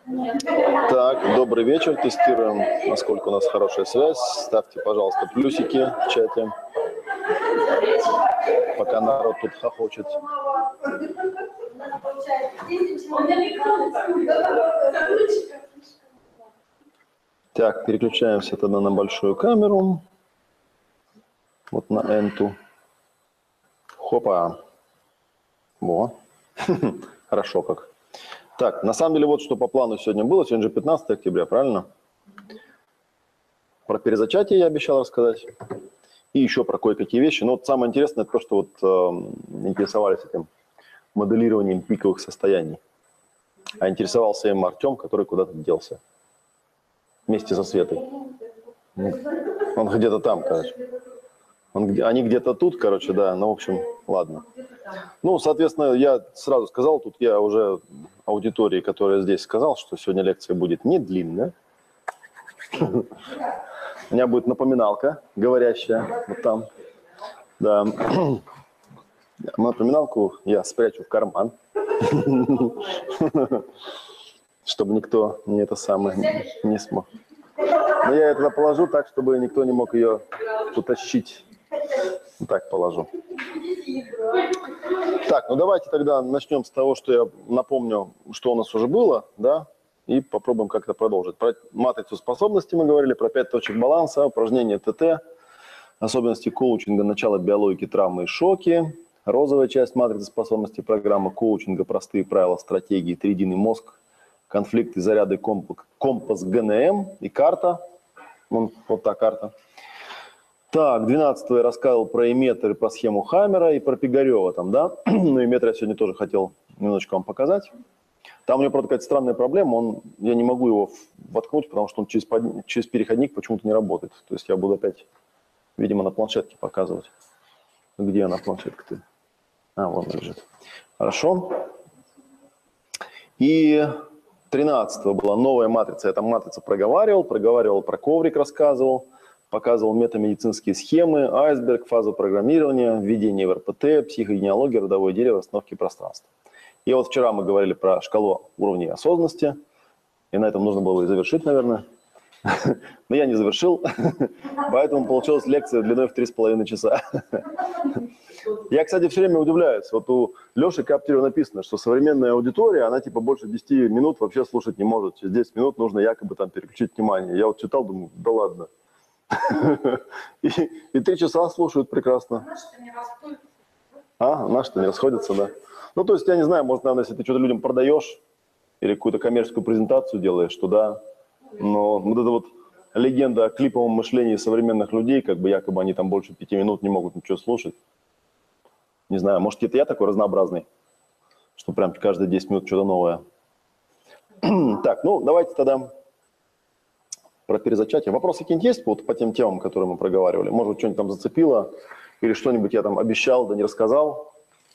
Так, добрый вечер. Тестируем, насколько у нас хорошая связь. Ставьте, пожалуйста, плюсики в чате, пока народ тут хохочет. Так, переключаемся тогда на большую камеру. Вот на энту. Хопа. Во. Хорошо как. Так, на самом деле вот что по плану сегодня было. Сегодня же 15 октября, правильно? Про перезачатие я обещал рассказать. И еще про кое-какие вещи. Но вот самое интересное, это то, что вот интересовались этим моделированием пиковых состояний. А интересовался им Артем, который куда-то делся. Вместе со Светой. Он где-то там, короче. Они где-то тут, короче, да. Ну, в общем, ладно. Ну, соответственно, я сразу сказал, тут я уже аудитории, которая здесь, сказал, что сегодня лекция будет не длинная. У меня будет напоминалка говорящая вот там. Да. Напоминалку я спрячу в карман, чтобы никто не смог. Но я это положу так, чтобы никто не мог ее утащить. Так положу. Так, ну давайте тогда начнем с того, что я напомню, что у нас уже было, да, и попробуем как-то продолжить. Про матрицу способностей мы говорили, про 5 точек баланса, упражнение ТТ, особенности коучинга, начало биологики, травмы и шоки, розовая часть матрицы способностей программы коучинга, простые правила, стратегии, триединый мозг, конфликты, заряды, компас ГНМ и карта. Вот та карта. Так, 12-го я рассказывал про Эметр и про схему Хаммера и про Пигарева там, да? Ну, Эметр я сегодня тоже хотел немножечко вам показать. Там у него, правда, какая-то странная проблема. Я не могу его воткнуть, потому что он через переходник почему-то не работает. То есть я буду опять, видимо, на планшетке показывать. Где она, планшетка-то? А, вон она лежит. Хорошо. И 13-го была новая матрица. Я там матрицу проговаривал про коврик рассказывал. Показывал метамедицинские схемы, айсберг, фазу программирования, введение в РПТ, психогенеалогия, родовое дерево, расстановки пространства. И вот вчера мы говорили про шкалу уровней осознанности, и на этом нужно было и завершить, наверное. Но я не завершил, поэтому получилась лекция длиной в 3,5 часа. Я, кстати, все время удивляюсь. Вот у Леши Каптерева написано, что современная аудитория, она типа больше 10 минут вообще слушать не может. Через 10 минут нужно якобы там переключить внимание. Я вот читал, думаю, да ладно. И 3 часа слушают прекрасно. Наши-то не расходятся. А, наши-то не расходятся, да. Ну, то есть, я не знаю, может, наверное, если ты что-то людям продаешь или какую-то коммерческую презентацию делаешь, то да. Но вот эта вот легенда о клиповом мышлении современных людей, как бы якобы они там больше 5 минут не могут ничего слушать. Не знаю, может, это я такой разнообразный, что прям каждые 10 минут что-то новое. Так, ну, давайте тогда про перезачатие. Вопросы какие-нибудь есть вот по тем темам, которые мы проговаривали? Может, что-нибудь там зацепило? Или что-нибудь я там обещал, да не рассказал?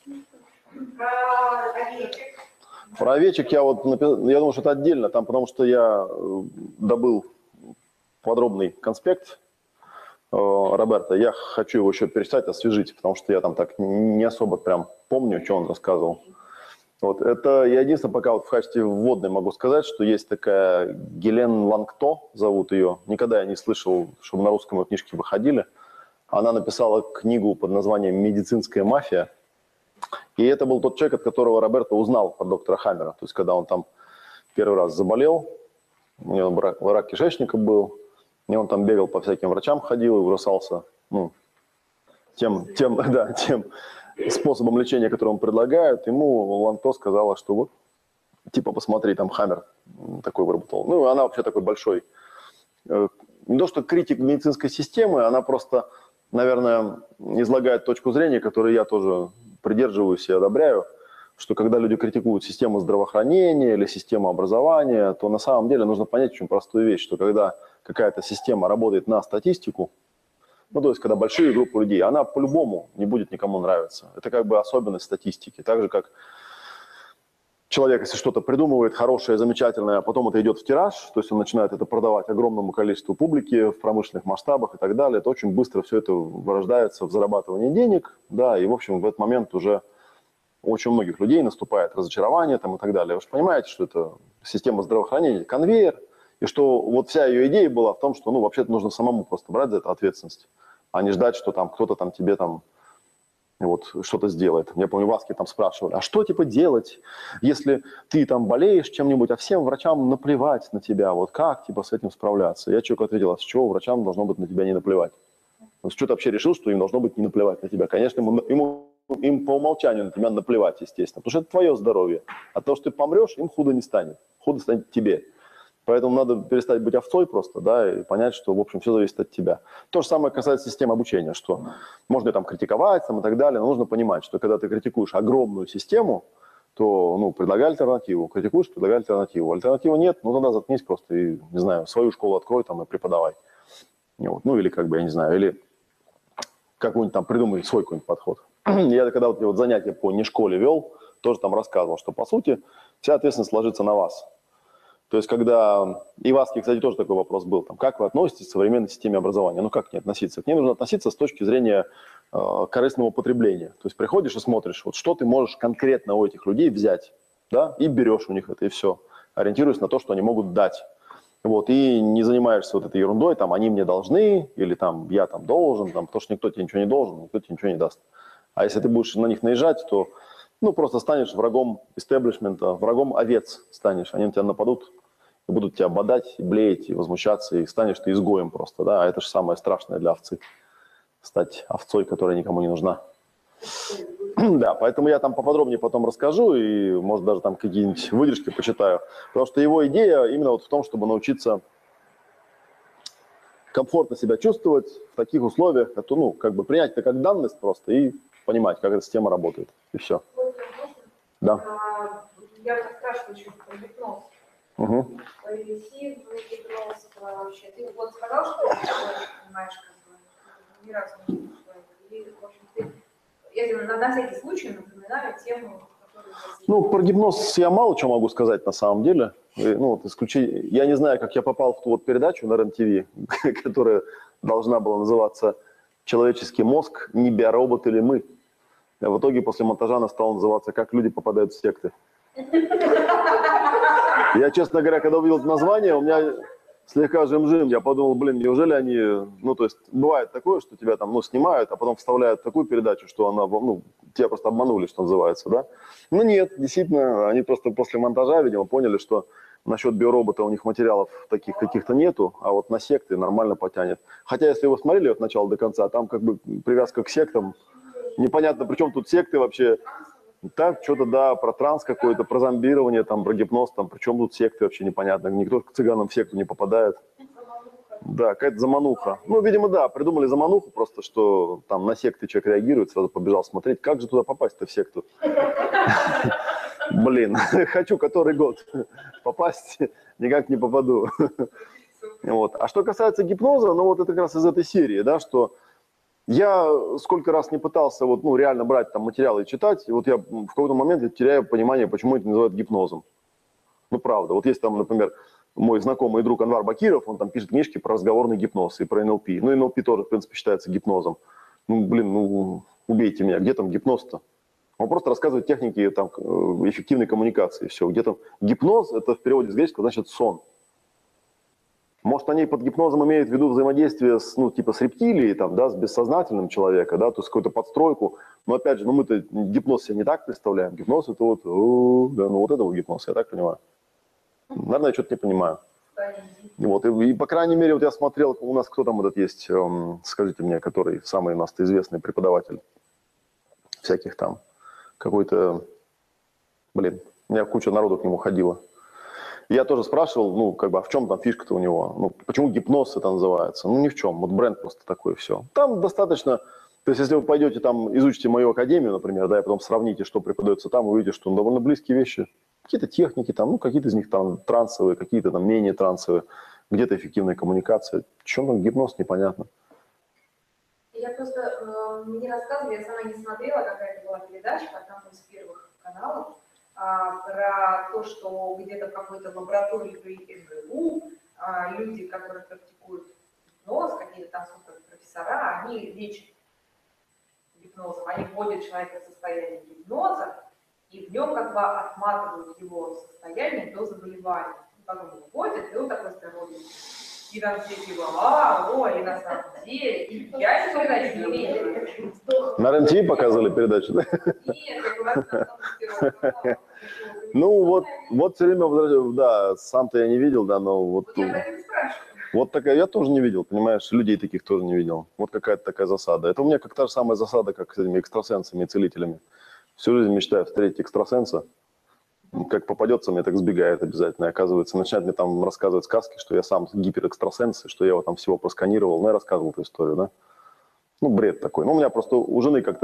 Про овечек. Про овечек я вот написал, я думаю, что это отдельно, там, потому что я добыл подробный конспект Роберта. Я хочу его еще перечитать, освежить, потому что я там так не особо прям помню, что он рассказывал. Вот, это я единственное пока вот в качестве вводной могу сказать, что есть такая Гелен Лангто, зовут ее. Никогда я не слышал, чтобы на русском ее книжки выходили. Она написала книгу под названием «Медицинская мафия». И это был тот человек, от которого Роберто узнал про доктора Хаммера. То есть, когда он там первый раз заболел, у него рак кишечника был, и он там бегал по всяким врачам, ходил и бросался тем способом лечения, который он предлагает. Ему Лангто сказала, что вот, типа, посмотри, там Хаммер такой выработал. Ну, она вообще такой большой. Не то, что критик медицинской системы, она просто, наверное, излагает точку зрения, которую я тоже придерживаюсь и одобряю, что когда люди критикуют систему здравоохранения или систему образования, то на самом деле нужно понять очень простую вещь, что когда какая-то система работает на статистику, ну, то есть, когда большие группы людей, она по-любому не будет никому нравиться. Это как бы особенность статистики. Так же, как человек, если что-то придумывает хорошее, замечательное, а потом это идет в тираж, то есть он начинает это продавать огромному количеству публики в промышленных масштабах и так далее, это очень быстро все это вырождается в зарабатывании денег, да, и, в общем, в этот момент уже очень у многих людей наступает разочарование там, и так далее. Вы же понимаете, что это система здравоохранения, конвейер, и что вот вся ее идея была в том, что, ну, вообще-то нужно самому просто брать за это ответственность, а не ждать, что там кто-то там тебе там вот что-то сделает. Я помню, Васки там спрашивали, а что типа делать, если ты там болеешь чем-нибудь, а всем врачам наплевать на тебя, вот как типа с этим справляться? Я человеку ответил, а с чего врачам должно быть на тебя не наплевать? Ну, что ты вообще решил, что им должно быть не наплевать на тебя? Конечно, им по умолчанию на тебя наплевать, естественно, потому что это твое здоровье. А то, что ты помрешь, им худо не станет. Худо станет тебе. Поэтому надо перестать быть овцой просто, да, и понять, что, в общем, все зависит от тебя. То же самое касается системы обучения, что можно там критиковать там, и так далее, но нужно понимать, что когда ты критикуешь огромную систему, то, ну, предлагай альтернативу. Критикуешь, предлагай альтернативу. Альтернативы нет, ну, тогда заткнись просто и, не знаю, свою школу открой там и преподавай. Вот. Ну, или как бы, я не знаю, или какой-нибудь там придумай свой какой-нибудь подход. Я когда вот занятия по нешколе вел, тоже там рассказывал, что, по сути, вся ответственность ложится на вас. То есть, когда... И в Аске, кстати, тоже такой вопрос был. Там, как вы относитесь к современной системе образования? Ну, как к ней относиться? К ней нужно относиться с точки зрения корыстного потребления. То есть, приходишь и смотришь, вот что ты можешь конкретно у этих людей взять, да, и берешь у них это, и все. Ориентируясь на то, что они могут дать. Вот, и не занимаешься вот этой ерундой, там, они мне должны, или там, я там должен, там, потому что никто тебе ничего не должен, никто тебе ничего не даст. А если ты будешь на них наезжать, то, ну, просто станешь врагом истеблишмента, врагом овец станешь. Они на тебя нападут, и будут тебя бодать, и блеять, и возмущаться, и станешь ты изгоем просто, да, а это же самое страшное для овцы, стать овцой, которая никому не нужна. Да, поэтому я там поподробнее потом расскажу, и, может, даже там какие-нибудь выдержки почитаю, потому что его идея именно вот в том, чтобы научиться комфортно себя чувствовать в таких условиях, это, ну, как бы принять это как данность просто и понимать, как эта система работает, и все. Да. Я вот спрашиваю еще про гипноз. Угу. Регрессивный гипноз вообще. Ты вот сказал, что ты понимаешь, как бы, ни разу не слышала. И, в общем, ты, я на всякий случай напоминаю тему, которую... Ну, про гипноз я мало чего могу сказать на самом деле. Ну, вот я не знаю, как я попал в ту вот передачу на РЕН-ТВ, которая должна была называться «Человеческий мозг, не биоробот или мы». А в итоге после монтажа она стала называться «Как люди попадают в секты». Я, честно говоря, когда увидел это название, у меня слегка жим-жим. Я подумал, блин, неужели они... Ну, то есть бывает такое, что тебя там, ну, снимают, а потом вставляют такую передачу, что она, ну, тебя просто обманули, что называется, да? Ну, нет, действительно, они просто после монтажа, видимо, поняли, что насчет биоробота у них материалов таких каких-то нету, а вот на секты нормально потянет. Хотя, если вы смотрели от начала до конца, там как бы привязка к сектам, непонятно, при чем тут секты вообще. Так, что-то, да, про транс какой-то, про зомбирование, там, про гипноз, там, причем тут секты вообще непонятно. Никто к цыганам в секту не попадает. Да, какая-то замануха. Ну, видимо, да, придумали замануху просто, что там на секты человек реагирует, сразу побежал смотреть, как же туда попасть-то в секту. Блин, хочу который год попасть, никак не попаду. Вот. А что касается гипноза, ну, вот это как раз из этой серии, да, что... Я сколько раз не пытался вот, ну, реально брать там материалы и читать, и вот я в какой-то момент теряю понимание, почему это называют гипнозом. Ну, правда. Вот есть там, например, мой знакомый друг Анвар Бакиров, он там пишет книжки про разговорный гипноз и про НЛП. Ну, НЛП тоже, в принципе, считается гипнозом. Ну, блин, ну, убейте меня, где там гипноз-то? Он просто рассказывает техники там, эффективной коммуникации, все. Где там гипноз, это в переводе с греческого значит сон. Может, они под гипнозом имеют в виду взаимодействие с, ну, типа с рептилией, там, да, с бессознательным человека, да, то есть какую-то подстройку. Но опять же, ну, мы-то гипноз себе не так представляем. Гипноз это вот, да, ну вот это вот гипноз, я так понимаю. Наверное, я что-то не понимаю. Вот, и по крайней мере, вот я смотрел, у нас кто там этот есть, скажите мне, который самый у нас известный преподаватель всяких там, какой-то, блин, у меня куча народу к нему ходила. Я тоже спрашивал, ну, как бы, а в чем там фишка-то у него? Ну, почему гипноз это называется? Ну, ни в чем. Вот бренд просто такой, все. Там достаточно... То есть, если вы пойдете там, изучите мою академию, например, да, и потом сравните, что преподается там, увидите, что довольно близкие вещи. Какие-то техники там, ну, какие-то из них там трансовые, какие-то там менее трансовые, где-то эффективная коммуникация. В чем там гипноз, непонятно. Я просто, мне рассказывали, я сама не смотрела, какая-то была передача, одна из первых каналов, про то, что где-то в какой-то лаборатории при МГУ люди, которые практикуют гипноз, какие-то там суперпрофессора, они лечат гипнозом, они вводят человека в состояние гипноза, и в нем как бы отматывают его состояние до заболевания. Потом он уходит, и он такой здоровый. И там все типа, и на самом деле, и я никогда не видела. На РЕН-ТВ показывали передачу, да? Нет, как у нас на самом деле. Ну вот все время, да, сам-то я не видел, да, но вот... Вот я про это и спрашиваю. Вот такая, я тоже не видел, понимаешь, людей таких тоже не видел. Вот какая-то такая засада. Это у меня как та же самая засада, как с этими экстрасенсами и целителями. Всю жизнь мечтаю встретить экстрасенса. Как попадется, мне так сбегает обязательно. И оказывается, начинает мне там рассказывать сказки, что я сам гиперэкстрасенс, что я его там всего просканировал. Ну, я рассказывал эту историю, да. Ну, бред такой. Ну, у меня просто у жены как-то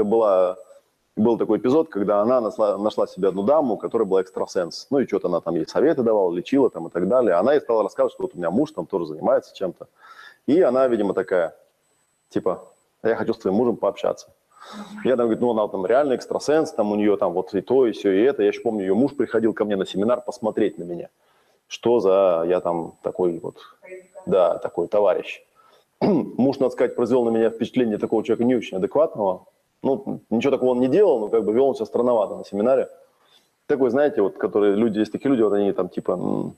был такой эпизод, когда она нашла себе одну даму, которая была экстрасенс. Ну, и что-то она там ей советы давала, лечила там и так далее. Она ей стала рассказывать, что вот у меня муж там тоже занимается чем-то. И она, видимо, такая, типа, я хочу с твоим мужем пообщаться. Я там говорю, ну, она там реально экстрасенс, там у нее там вот и то, и все, и это. Я еще помню, ее муж приходил ко мне на семинар посмотреть на меня. Что за я там такой вот, да, такой товарищ. Муж, надо сказать, произвел на меня впечатление такого человека не очень адекватного. Ну, ничего такого он не делал, но как бы вел он себя странновато на семинаре. Такой, знаете, вот, которые люди, есть такие люди, вот они там типа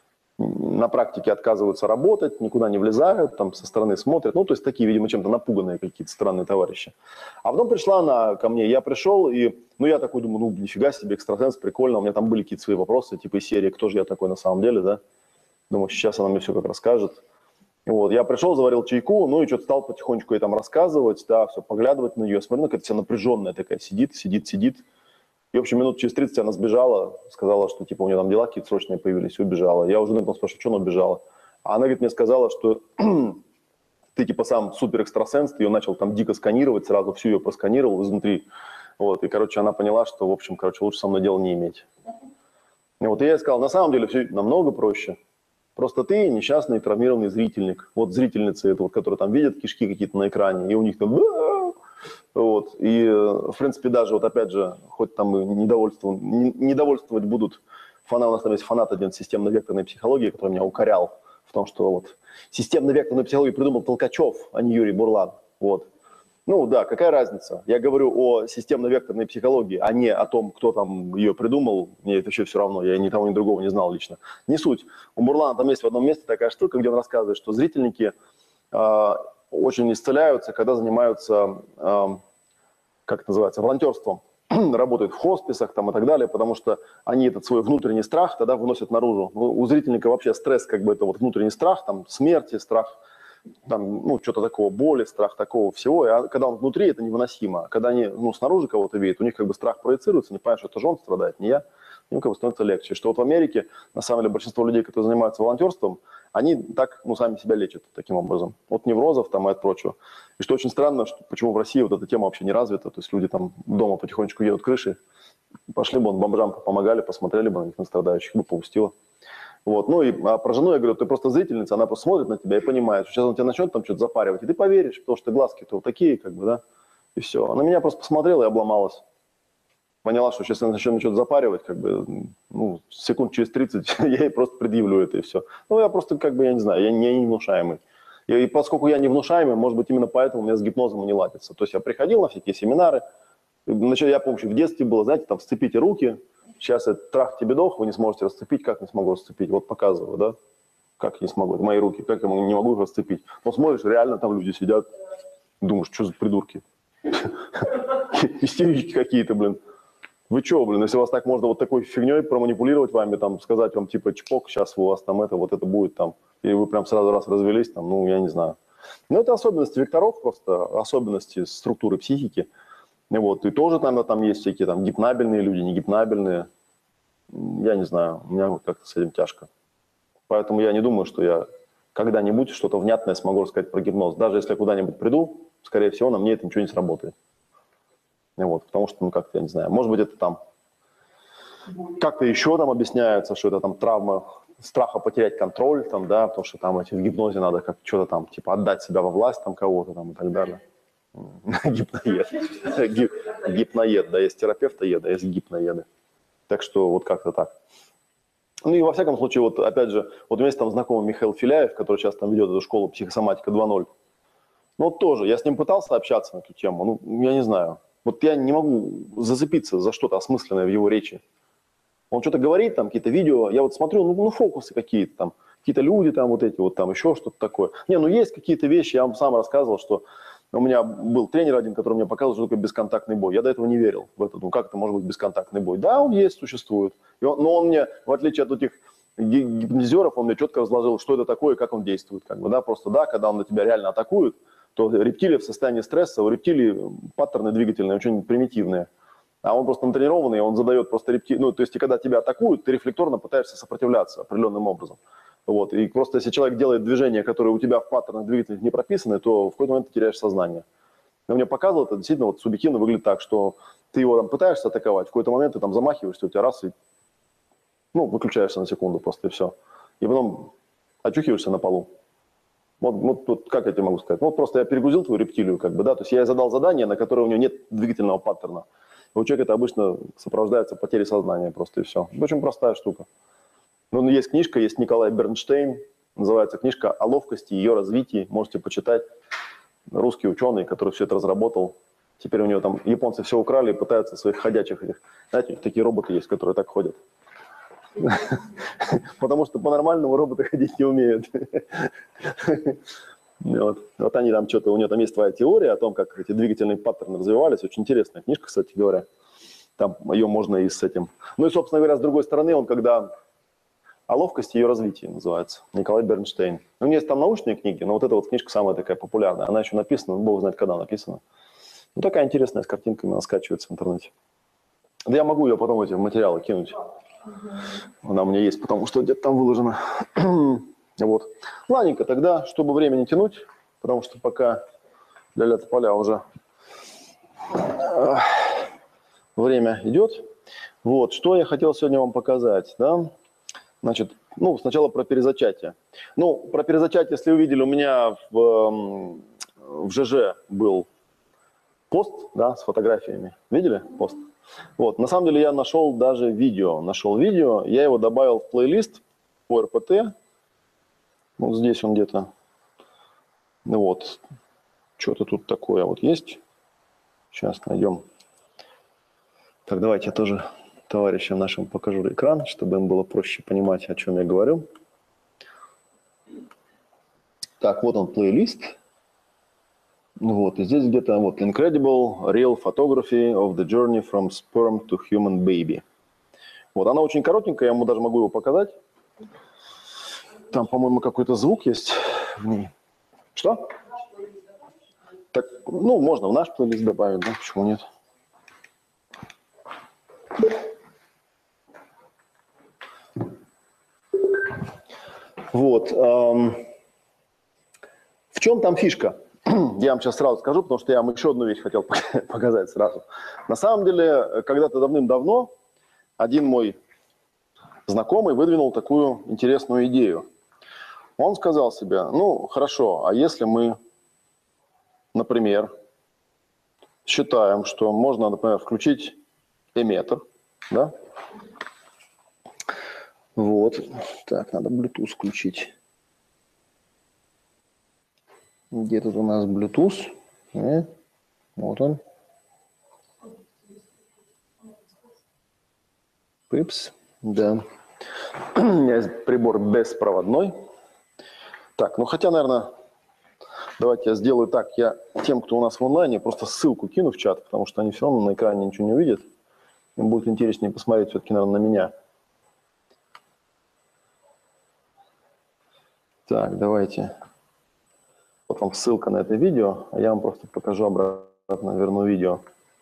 на практике отказываются работать, никуда не влезают, там со стороны смотрят. Ну, то есть такие, видимо, чем-то напуганные какие-то странные товарищи. А потом пришла она ко мне, я пришел, и, ну, я такой думаю, ну, нифига себе, экстрасенс, прикольно. У меня там были какие-то свои вопросы, типа из серии, кто же я такой на самом деле, да. Думаю, сейчас она мне все как расскажет. Вот, я пришел, заварил чайку, ну и что-то стал потихонечку ей там рассказывать, да, все, поглядывать на нее. Смотрю, ну, какая-то вся напряженная такая, сидит. И, в общем, минут через 30 она сбежала, сказала, что, типа, у нее там дела какие-то срочные появились, и убежала. Я уже на этом спрашиваю, что она убежала. А она, говорит, мне сказала, что ты, типа, сам супер экстрасенс, ты ее начал там дико сканировать, сразу всю ее просканировал изнутри. Вот, и, короче, она поняла, что, в общем, короче, лучше со мной дела не иметь. И вот я ей сказал, на самом деле все намного проще. Просто ты несчастный травмированный зрительник. Вот зрительницы, это вот, которые там видят кишки какие-то на экране, и у них там... Вот. И, в принципе, даже вот опять же, хоть там и недовольствовать будут фанаты, у нас там есть фанат один системно-векторной психологии, который меня укорял в том, что вот системно-векторную психологию придумал Толкачев, а не Юрий Бурлан. Вот. Ну да, какая разница? Я говорю о системно-векторной психологии, а не о том, кто там ее придумал. Мне это вообще все равно, я ни того, ни другого не знал лично. Не суть. У Бурлана там есть в одном месте такая штука, где он рассказывает, что зрительники очень исцеляются, когда занимаются, как это называется, волонтерством. Работают в хосписах там и так далее, потому что они этот свой внутренний страх тогда выносят наружу. У зрительника вообще стресс, как бы это вот внутренний страх, там смерти, страх, там, ну, что-то такого, боли, страх такого всего. А когда он внутри, это невыносимо. Когда они, ну, снаружи кого-то видят, у них как бы страх проецируется, не понимают, что это же он страдает, не я. Им как бы становится легче. Что вот в Америке, на самом деле, большинство людей, которые занимаются волонтерством, они так, ну, сами себя лечат таким образом. От неврозов там и от прочего. И что очень странно, что почему в России вот эта тема вообще не развита. То есть люди там дома потихонечку едут крыши. Пошли бы, бомжам помогали, посмотрели бы на них, на страдающих, бы попустило. Вот. Ну и про жену я говорю, ты просто зрительница, она просто смотрит на тебя и понимает, что сейчас он тебя начнет там что-то запаривать, и ты поверишь, потому что глазки-то вот такие, как бы, да, и все. Она меня просто посмотрела и обломалась. Поняла, что сейчас я начну что-то запаривать, как бы, ну, секунд через 30 я ей просто предъявлю это и все. Ну, я просто, как бы, я не знаю, я не внушаемый. И поскольку я не внушаемый, может быть, именно поэтому у меня с гипнозом и не ладится. То есть я приходил на всякие семинары, я помню, в детстве было, знаете, там, сцепите руки, сейчас это трах тебе дох, вы не сможете расцепить, как не смогу расцепить, вот показываю, да, как не смогу, это мои руки, как я не могу их расцепить. Но смотришь, реально там люди сидят, думаешь, что за придурки, истерички какие-то, блин. Вы что, блин, если у вас так можно вот такой фигней проманипулировать вами, там, сказать вам, типа, чпок, сейчас у вас там это, вот это будет там, и вы прям сразу раз развелись, там, ну, я не знаю. Но это особенности векторов просто, особенности структуры психики. Вот, и тоже там есть всякие там гипнабельные люди, не гипнабельные. Я не знаю, у меня вот как-то с этим тяжко. Поэтому я не думаю, что я когда-нибудь что-то внятное смогу рассказать про гипноз. Даже если я куда-нибудь приду, скорее всего, на мне это ничего не сработает. Вот, потому что, ну, как-то, я не знаю, может быть, это там как-то еще там объясняется, что это там травма страха потерять контроль, там, да, потому что там в гипнозе надо как что-то там, типа, отдать себя во власть там кого-то там и так далее. Гипноед. Гипноед, да, есть терапевтоед, а есть гипноеды. Так что вот как-то так. Ну и во всяком случае, вот опять же, вот у меня есть там знакомый Михаил Филяев, который сейчас там ведет эту школу психосоматика 2.0. Ну вот тоже, я с ним пытался общаться на эту тему, ну, я не знаю. Вот я не могу зацепиться за что-то осмысленное в его речи. Он что-то говорит, там какие-то видео, я вот смотрю, ну фокусы какие-то там, какие-то люди там вот эти вот там, еще что-то такое. Не, ну есть какие-то вещи, я вам сам рассказывал, что у меня был тренер один, который мне показывал, что такое бесконтактный бой. Я до этого не верил в это. Ну как это может быть бесконтактный бой? Да, он есть, существует. Но он мне, в отличие от этих гипнотизеров, он мне четко разложил, что это такое и как он действует. Как бы, да, просто да, когда он на тебя реально атакует, то рептилия в состоянии стресса, у рептилии паттерны двигательные очень примитивные. А он просто натренированный, он задает просто рептилию. Ну, то есть, когда тебя атакуют, ты рефлекторно пытаешься сопротивляться определенным образом. Вот. И просто если человек делает движения, которые у тебя в паттернах двигательных не прописаны, то в какой-то момент ты теряешь сознание. Я мне показывал, это действительно вот субъективно выглядит так, что ты его там пытаешься атаковать, в какой-то момент ты там замахиваешься, у тебя раз и ну, выключаешься на секунду просто и все. И потом очухиваешься на полу. Вот как я тебе могу сказать? Вот просто я перегрузил твою рептилию, как бы, да, то есть я ей задал задание, на которое у нее нет двигательного паттерна. У человека это обычно сопровождается потерей сознания просто и все. Очень простая штука. Ну, есть книжка, есть Николай Бернштейн, называется книжка «О ловкости и ее развитии». Можете почитать. Русский ученый, который все это разработал. Теперь у него там японцы все украли и пытаются своих ходячих этих... Знаете, такие роботы есть, которые так ходят. Потому что по-нормальному роботы ходить не умеют. Вот они там что-то, у него там есть твоя теория о том, как эти двигательные паттерны развивались. Очень интересная книжка, кстати говоря. Там ее можно и с этим. Ну и, собственно говоря, с другой стороны, он когда о ловкости и ее развитии называется. Николай Бернштейн. У меня есть там научные книги, но вот эта вот книжка самая такая популярная. Она еще написана, бог знает, когда написана. Ну такая интересная, с картинками, она скачивается в интернете. Да я могу ее потом эти материалы кинуть. Она у меня есть, потому что где-то там выложено. Вот. Ладненько, тогда, чтобы время не тянуть, потому что пока для поля уже время идет. Вот, что я хотел сегодня вам показать, да? Значит, ну, сначала про перезачатие. Ну, про перезачатие, если увидели, у меня в ЖЖ был пост, да, с фотографиями. Видели пост? Вот, на самом деле я нашел даже видео. Я его добавил в плейлист по РПТ. Вот здесь он где-то. Вот, что-то тут такое вот есть. Сейчас найдем. Так, давайте я тоже товарищам нашим покажу экран, чтобы им было проще понимать, о чем я говорю. Так, вот он плейлист. Вот, и здесь где-то вот Incredible Real Photography of the Journey from Sperm to Human Baby. Вот, она очень коротенькая, я даже могу его показать. Там, по-моему, какой-то звук есть в ней. Что? Так, ну, можно в наш плейлист добавить, да, почему нет? Вот. В чем там фишка? Я вам сейчас сразу скажу, потому что я вам еще одну вещь хотел показать сразу. На самом деле, когда-то давным-давно один мой знакомый выдвинул такую интересную идею. Он сказал себе, ну, хорошо, а если мы, например, считаем, что можно, например, включить эметтер, да? Вот. Так, надо Bluetooth включить. Где тут у нас Bluetooth? Вот он. Пипс. Да. У меня есть прибор беспроводной. Так, ну хотя, наверное, давайте я сделаю так. Я тем, кто у нас в онлайне, просто ссылку кину в чат, потому что они все равно на экране ничего не увидят. Им будет интереснее посмотреть все-таки, наверное, на меня. Так, давайте. Вот вам ссылка на это видео, а я вам просто покажу обратно, верну видео.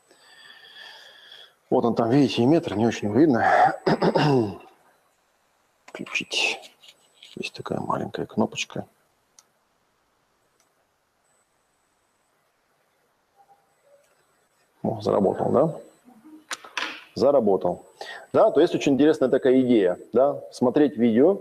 Вот он там, видите, эметтер, не очень видно. Включить. Есть такая маленькая кнопочка. О, заработал, да? Заработал. Да, то есть очень интересная такая идея, да, смотреть видео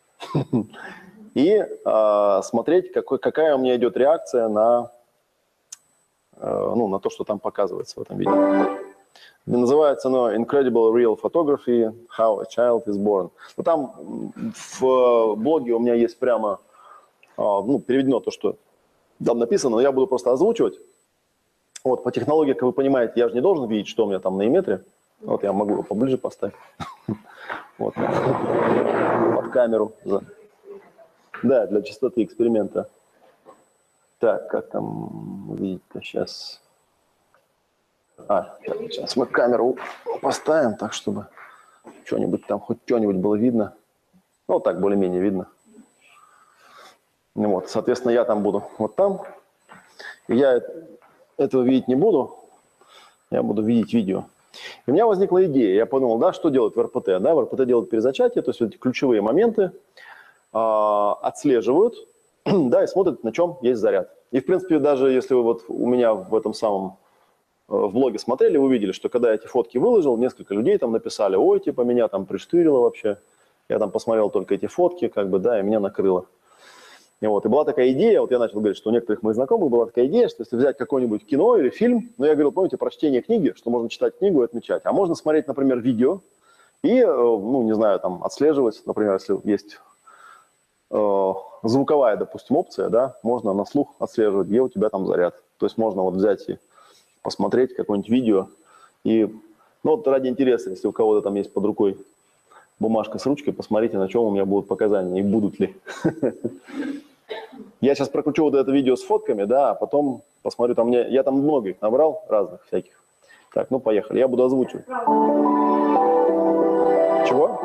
и смотреть, какая у меня идет реакция на, ну, на то, что там показывается в этом видео. Называется оно Incredible Real Photography, How a Child is Born. Ну, там в блоге у меня есть прямо, ну, переведено то, что там написано, но я буду просто озвучивать. Вот, по технологии, как вы понимаете, я же не должен видеть, что у меня там на эмметре. Вот я могу его поближе поставить. Вот. Под камеру. Да, для чистоты эксперимента. Так, как там видеть-то сейчас? Сейчас мы камеру поставим так, чтобы что-нибудь там, хоть что-нибудь было видно. Ну, так, более-менее видно. Ну, вот, соответственно, я там буду вот там. И я этого видеть не буду. Я буду видеть видео. И у меня возникла идея. Я подумал, да, что делать в РПТ? Да, в РПТ делают перезачатие, то есть эти ключевые моменты отслеживают, да, и смотрят, на чем есть заряд. И, в принципе, даже если вы вот у меня в этом самом в блоге смотрели, вы увидели, что когда я эти фотки выложил, несколько людей там написали: ой, типа, меня там приштырило вообще. Я там посмотрел только эти фотки, как бы, да, и меня накрыло. И вот, и была такая идея, вот я начал говорить, что у некоторых моих знакомых была такая идея, что если взять какое-нибудь кино или фильм, ну, я говорил, помните, про чтение книги, что можно читать книгу и отмечать, а можно смотреть, например, видео и, ну, не знаю, там, отслеживать, например, если есть звуковая, допустим, опция, да, можно на слух отслеживать, где у тебя там заряд. То есть можно вот взять и посмотреть какое-нибудь видео. И, ну, вот ради интереса, если у кого-то там есть под рукой бумажка с ручкой, посмотрите, на чем у меня будут показания и будут ли. Я сейчас прокручу вот это видео с фотками, да, а потом посмотрю, там я там много их набрал, разных всяких. Так, ну поехали, я буду озвучивать. Чего?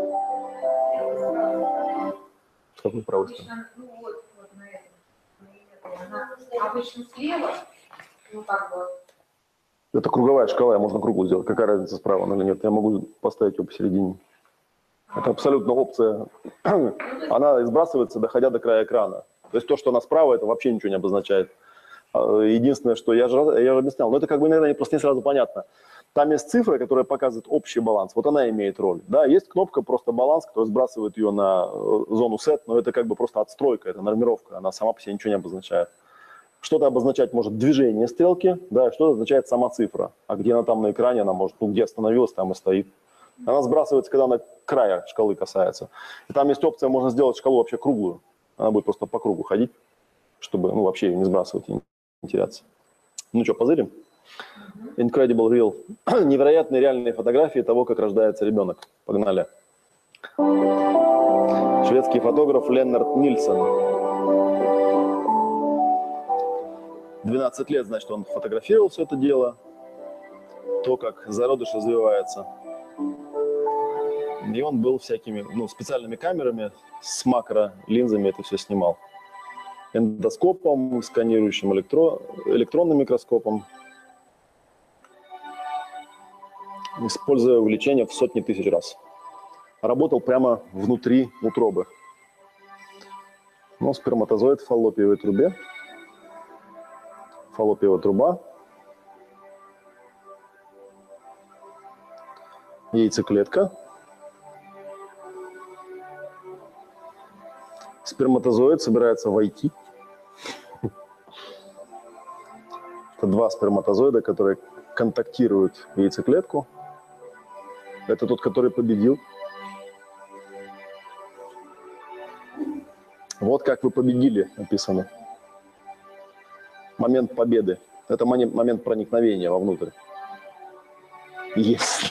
С какой правой стороны? Ну вот на этом. Обычно слева, ну как бы. Это круговая шкала, можно круглую сделать. Какая разница, справа она или нет? Я могу поставить ее посередине. Это абсолютно опция. Она сбрасывается, доходя до края экрана. То есть то, что она справа, это вообще ничего не обозначает. Единственное, что я же объяснял, но это как бы иногда просто не сразу понятно. Там есть цифра, которая показывает общий баланс. Вот она имеет роль. Да, есть кнопка просто баланс, которая сбрасывает ее на зону set, но это как бы просто отстройка, это нормировка. Она сама по себе ничего не обозначает. Что-то обозначать может движение стрелки, да, что-то означает сама цифра. А где она там на экране, она может, ну, где остановилась, там и стоит. Она сбрасывается, когда она края шкалы касается. И там есть опция, можно сделать шкалу вообще круглую. Она будет просто по кругу ходить, чтобы, ну, вообще ее не сбрасывать и не теряться. Ну что, позырим? Incredible Real. Невероятные реальные фотографии того, как рождается ребенок. Погнали. Шведский фотограф Леннард Нильсон. 12 лет, значит, он фотографировал все это дело. То, как зародыш развивается. И он был всякими, ну, специальными камерами с макро-линзами это все снимал. Эндоскопом, сканирующим электронным микроскопом, используя увеличение в сотни тысяч раз. Работал прямо внутри утробы. Ну, сперматозоид в фаллопиевой трубе. Фаллопиевая труба. Яйцеклетка. Сперматозоид собирается войти. Это два сперматозоида, которые контактируют в яйцеклетку. Это тот, который победил. Вот как вы победили, написано. Момент победы. Это момент проникновения вовнутрь. Есть.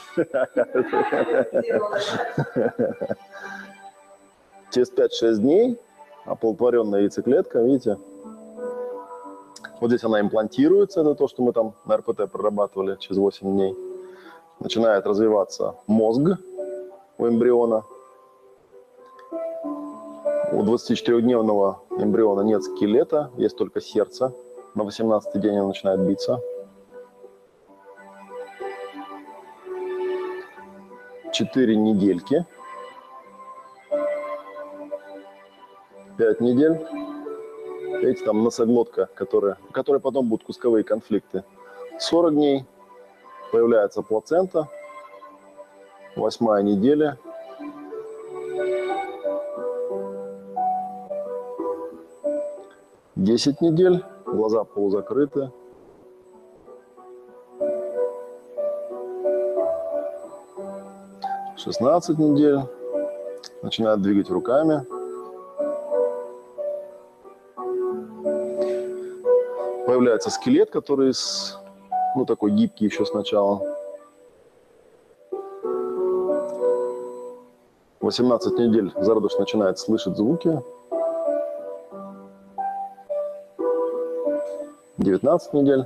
Через 5-6 дней оплодотворенная яйцеклетка, видите, вот здесь она имплантируется, это то, что мы там на РПТ прорабатывали через 8 дней. Начинает развиваться мозг у эмбриона. У 24-дневного эмбриона нет скелета, есть только сердце. На 18-й день оно начинает биться. 4 недельки. 5 недель. Видите, там носоглотка, которая потом будут кусковые конфликты. 40 дней. Появляется плацента. 8-я неделя. Десять недель. Глаза полузакрыты. 16 недель. Начинает двигать руками. Появляется скелет, который из Ну, такой гибкий еще сначала. 18 недель зародыш начинает слышать звуки. 19 недель.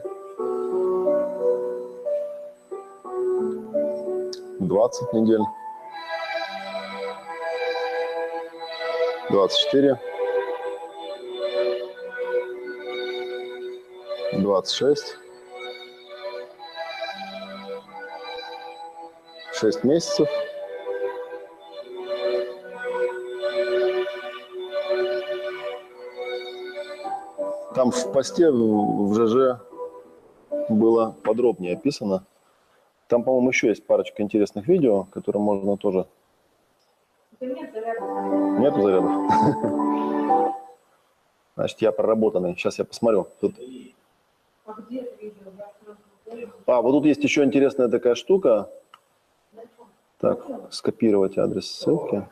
20 недель. 24. 26. 6 месяцев. Там в посте, в ЖЖ было подробнее описано. Там, по-моему, еще есть парочка интересных видео, которые можно тоже... Нет зарядов. Нету зарядов? Значит, я проработанный. Сейчас я посмотрю. Тут... А где это видео? Вот тут есть еще интересная такая штука. Так, скопировать адрес ссылки.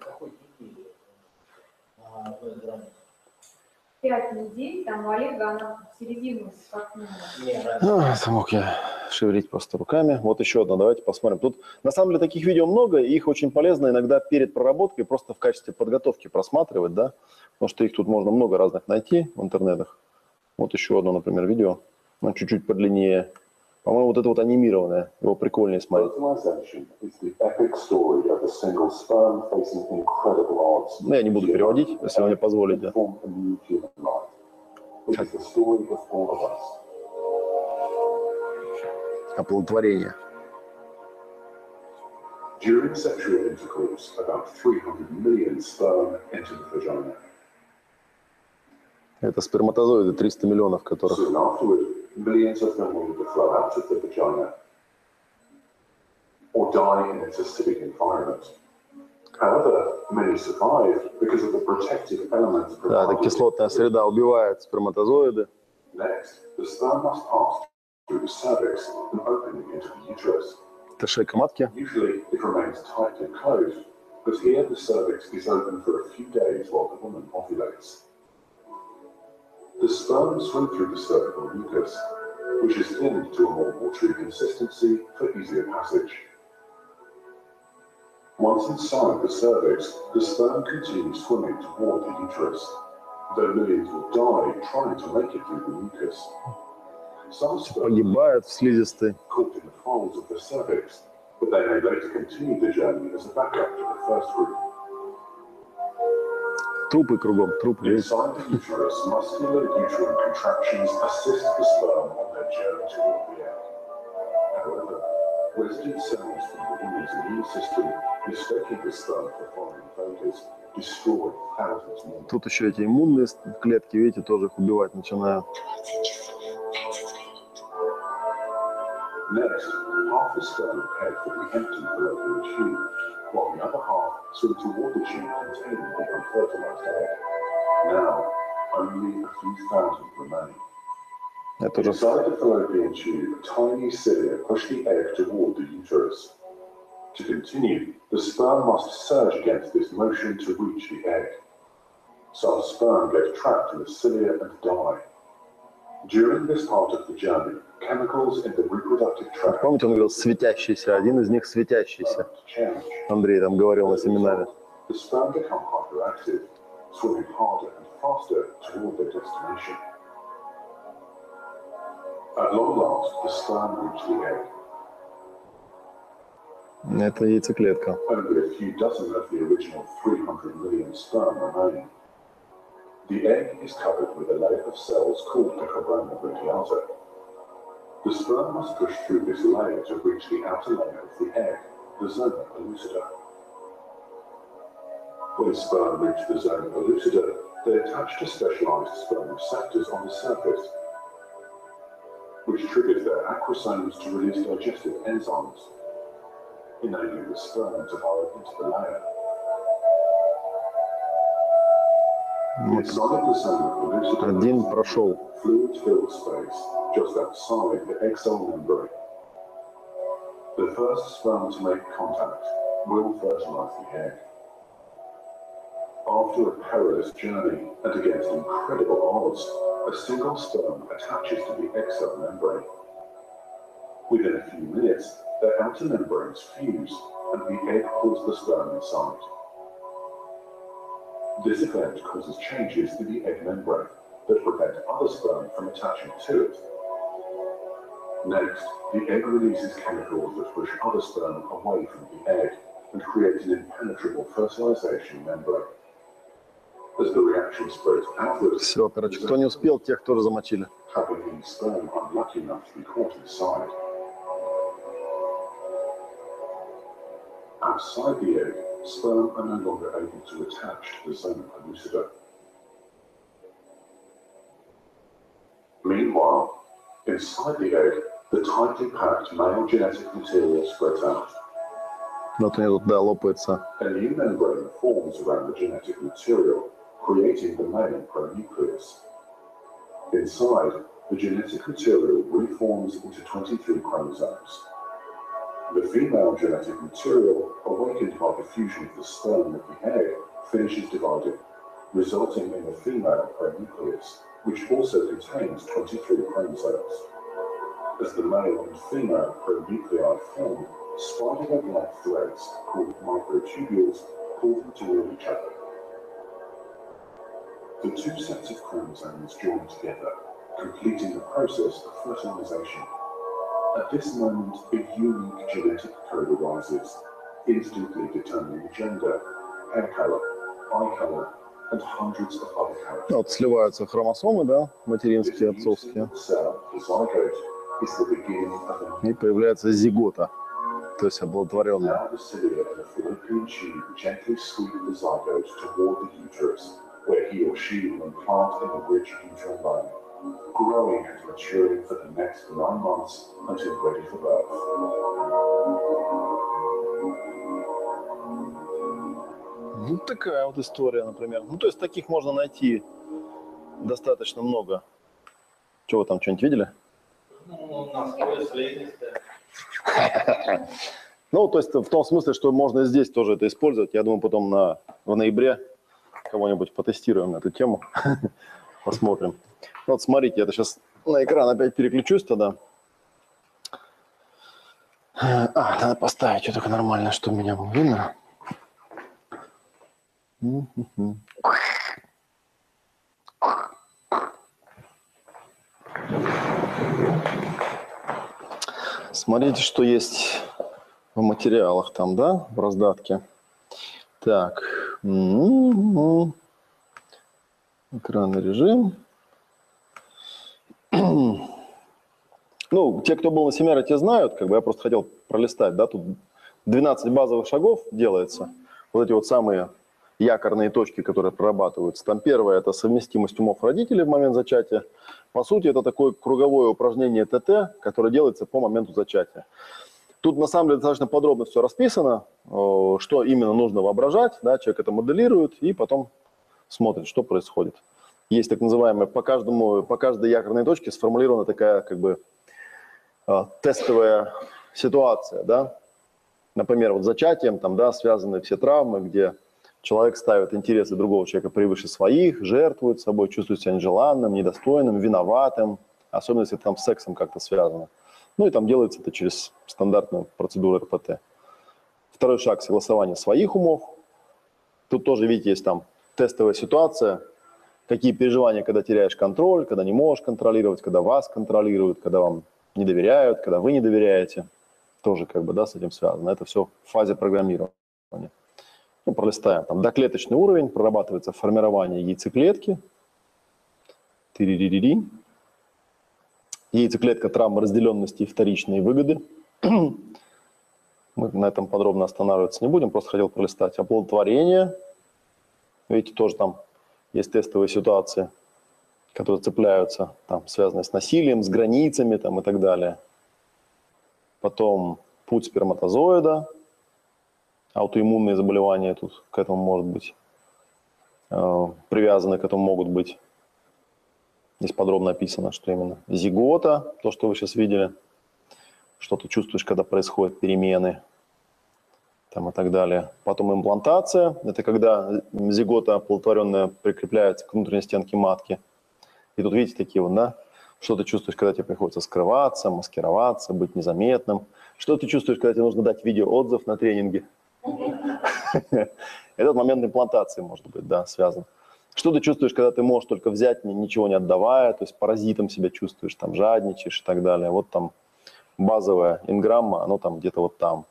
5 недель, там у Олега она в середину скакнула. Смог я шевелить просто руками. Вот еще одно, давайте посмотрим. Тут на самом деле таких видео много, и их очень полезно иногда перед проработкой просто в качестве подготовки просматривать, да, потому что их тут можно много разных найти в интернетах. Вот еще одно, например, видео, но чуть-чуть подлиннее. По-моему, вот это вот анимированное, его прикольнее смотреть. Ну, я не буду переводить, если вы мне позволите. Оплодотворение. During sexual intercourse, about 300 million sperm enter the vagina. Это сперматозоиды, 300 миллионов которых. Soon afterward, millions of them will either flow out of the vagina or die in its acidic environment. However, many survive because of the protective elements Да, это provided. кислотная среда убивает сперматозоиды. Next, the sperm must pass through the cervix and opening into the uterus. Это шейка матки. Usually, it remains tight and closed, but here the cervix is open for a few days while the woman ovulates. The sperm swim through the cervical mucus, which is thinned to a more watery consistency for easier passage. Once inside the cervix, the sperm continues swimming toward the uterus, though millions will die trying to make it through the mucus. Some sperm Погибают в слизистой. caught in the folds of the cervix, but they may later continue the journey as a backup to the first group. Трупы кругом, трупы. Inside the uterus, muscular uterine contractions assist the sperm on their journey toward the egg. However, resident cells from the woman's immune system, mistaking the sperm for foreign invaders, destroy thousands more. Тут еще эти иммунные клетки, видите, тоже их убивать начинают. Next, half the sperm head for the empty fallopian tube, while the other half swim toward the tube containing the unfertilized egg. Now, only a few thousand remain. Это уже Inside the fallopian tube, tiny cilia push the egg toward the uterus. To continue, the sperm must surge against this motion to reach the egg. Some sperm get trapped in the cilia and die. During this part of the journey, chemicals in the reproductive tract помните, он говорил светящийся, один из них светящийся. change. Андрей там говорил на семинаре. The sperm become hyperactive, swimming harder and faster toward their destination. At long last, the sperm reach the egg. Это яйцеклетка. Only a few dozen of the original 300 million sperm remain. The egg is covered with a layer of cells called the corona radiata. The sperm must push through this layer to reach the outer layer of the egg, the zona pellucida. When sperm reach the zona pellucida, they attach to specialized sperm receptors on the surface, which triggers their acrosomes to release digestive enzymes, enabling the sperm to burrow into the layer. Inside the zona pellucida, Один прошел. fluid-filled space just outside the egg cell membrane. The first sperm to make contact will fertilize the egg. After a perilous journey and against incredible odds, a single sperm attaches to the egg cell membrane. Within a few minutes, the outer membranes fuse and the egg pulls the sperm inside. This event causes changes in the egg membrane that prevent other sperm from attaching to it. Next, the egg releases chemicals that push other sperm away from the egg and create an impenetrable fertilization membrane. As the reaction spreads outwards, Все, короче, кто не успел, тех тоже замочили. having any sperm unlucky enough to be caught inside. Outside the egg, sperm are no longer able to attach to the zona pellucida. Meanwhile, inside the egg, the tightly packed male genetic material spreads out. Вот у него тут, да, лопается. A new membrane forms around the genetic material, creating the male pronucleus. Inside, the genetic material reforms into 23 chromosomes. The female genetic material, awakened by the fusion of the sperm with the egg, finishes dividing, resulting in the female pronucleus, which also contains 23 chromosomes. As the male and female pronuclei form, spiderweb-like threads called microtubules pull them toward each other. The two sets of chromosomes join together, completing the process of fertilization. At this moment, a unique genetic code arises, instantly determining gender, hair color, eye color, and hundreds of other characters. Вот сливаются хромосомы, да, материнские, отцовские, The zygote is the beginning of a и появляется зигота, то есть оплодотворенная. Now the cilia in the fallopian tube gently sweep the zygote toward the uterus, where he or she will implant in the rich uterine lining, growing and maturing for the next 9 months until ready for birth. Ну, такая вот история, например. Ну, то есть таких можно найти достаточно много. Чего вы там, что-нибудь видели? Ну, насквозь слизистая. Ну, то есть в том смысле, что можно и здесь тоже это использовать. Я думаю, потом в ноябре кого-нибудь потестируем на эту тему. Посмотрим. Вот смотрите, я сейчас на экран опять переключусь тогда. Надо поставить что такое нормальное, что меня видно. Смотрите, что есть в материалах там, да, в раздатке. Так. Экранный режим. Ну, те, кто был на семинаре, те знают, как бы я просто хотел пролистать, да, тут 12 базовых шагов делается. Вот эти вот самые якорные точки, которые прорабатываются. Там первое – это совместимость умов родителей в момент зачатия. По сути, это такое круговое упражнение ТТ, которое делается по моменту зачатия. Тут, на самом деле, достаточно подробно все расписано, что именно нужно воображать, да, человек это моделирует и потом смотрит, что происходит. Есть так называемая, по каждой якорной точке сформулирована такая, как бы, тестовая ситуация, да. Например, вот с зачатием там, да, связаны все травмы, где человек ставит интересы другого человека превыше своих, жертвует собой, чувствует себя нежеланным, недостойным, виноватым, особенно если там с сексом как-то связано. Ну и там делается это через стандартную процедуру РПТ. Второй шаг – согласование своих умов. Тут тоже, видите, есть там тестовая ситуация, какие переживания, когда теряешь контроль, когда не можешь контролировать, когда вас контролируют, когда вам не доверяют, когда вы не доверяете. Тоже как бы, да, с этим связано. Это все в фазе программирования. Ну, пролистаем. Там доклеточный уровень, прорабатывается формирование яйцеклетки. Тири-ри-ри-ри. Яйцеклетка, травма разделенности и вторичные выгоды. Мы на этом подробно останавливаться не будем, просто хотел пролистать. Оплодотворение. Видите, тоже там есть тестовые ситуации, которые цепляются, там, связанные с насилием, с границами там, и так далее. Потом путь сперматозоида. Аутоиммунные заболевания тут к этому может быть, привязаны к этому могут быть. Здесь подробно описано, что именно зигота, то, что вы сейчас видели, что ты чувствуешь, когда происходят перемены там, и так далее. Потом имплантация, это когда зигота оплодотворенная прикрепляется к внутренней стенке матки. И тут видите такие вот, да, Что ты чувствуешь, когда тебе приходится скрываться, маскироваться, быть незаметным? Что ты чувствуешь, когда тебе нужно дать видеоотзыв на тренинге? Этот момент имплантации, может быть, да, связан. Что ты чувствуешь, когда ты можешь только взять, ничего не отдавая, то есть паразитом себя чувствуешь, там, жадничаешь и так далее. Вот там базовая инграмма, оно там где-то вот там.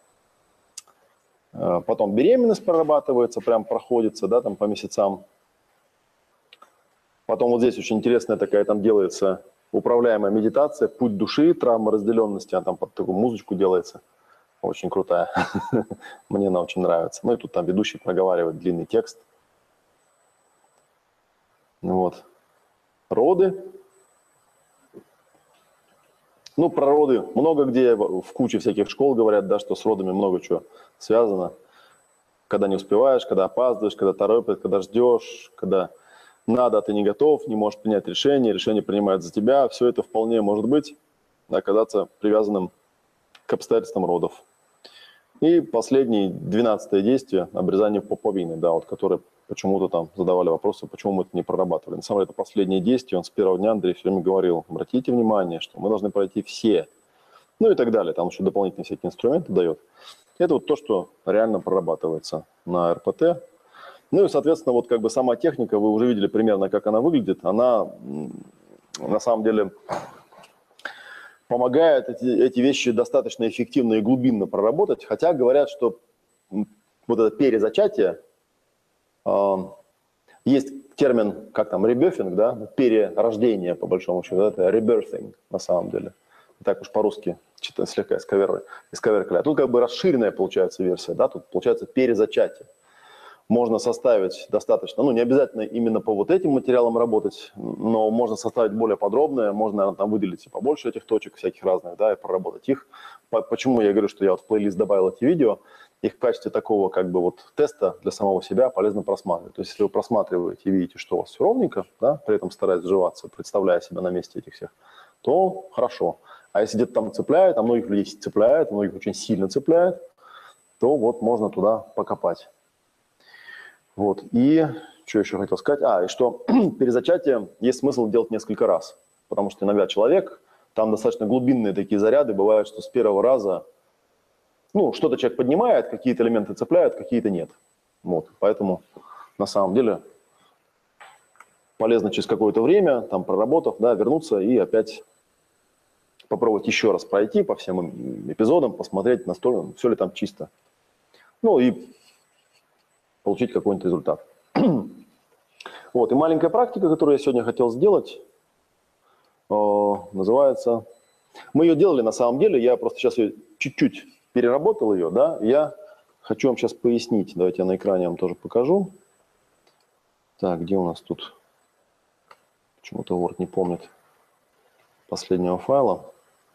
Потом беременность прорабатывается, прям проходится, да, там по месяцам. Потом вот здесь очень интересная такая там делается управляемая медитация, путь души, травма разделенности, она там под такую музычку делается. Очень крутая. Мне она очень нравится. Ну и тут там ведущий проговаривает длинный текст. Вот. Роды. Ну, про роды много где, в куче всяких школ говорят, да, что с родами много чего связано. Когда не успеваешь, когда опаздываешь, когда торопишь, когда ждешь, когда надо, а ты не готов, не можешь принять решение принимают за тебя. Все это вполне может быть оказаться привязанным к обстоятельствам родов. И последнее, 12-е действие, обрезание пуповины, да, вот, которое почему-то там задавали вопросы, почему мы это не прорабатывали. На самом деле это последнее действие, он с первого дня, Андрей, все время говорил, обратите внимание, что мы должны пройти все, ну и так далее, там еще дополнительные всякие инструменты дает. Это вот то, что реально прорабатывается на РПТ. Ну и, соответственно, вот как бы сама техника, вы уже видели примерно, как она выглядит, она на самом деле помогает эти вещи достаточно эффективно и глубинно проработать, хотя говорят, что вот это перезачатие, есть термин, как там, ребёфинг, да, перерождение, по большому счету, это rebirthing на самом деле. Так уж по-русски слегка исковеркали. А тут как бы расширенная получается версия, да, тут получается перезачатие. Можно составить достаточно, ну не обязательно именно по вот этим материалам работать, но можно составить более подробное, можно, наверное, там выделить и побольше этих точек всяких разных, да, и проработать их. Почему я говорю, что я вот в плейлист добавил эти видео, их в качестве такого как бы вот теста для самого себя полезно просматривать. То есть если вы просматриваете и видите, что у вас все ровненько, да, при этом стараясь сживаться, представляя себя на месте этих всех, то хорошо. А если где-то там цепляет, а многих людей цепляет, а многих очень сильно цепляет, то вот можно туда покопать. Вот. И что еще хотел сказать? И что перезачатие есть смысл делать несколько раз. Потому что иногда человек, там достаточно глубинные такие заряды, бывает, что с первого раза, ну, что-то человек поднимает, какие-то элементы цепляют, какие-то нет. Вот. Поэтому на самом деле полезно через какое-то время, там, проработав, да, вернуться и опять попробовать еще раз пройти по всем эпизодам, посмотреть, настолько, все ли там чисто. Ну и получить какой-нибудь результат. Вот, и маленькая практика, которую я сегодня хотел сделать, называется... Мы ее делали на самом деле, я просто сейчас ее чуть-чуть переработал ее, да, я хочу вам сейчас пояснить. Давайте я на экране вам тоже покажу. Так, где у нас тут? Почему-то Word не помнит последнего файла.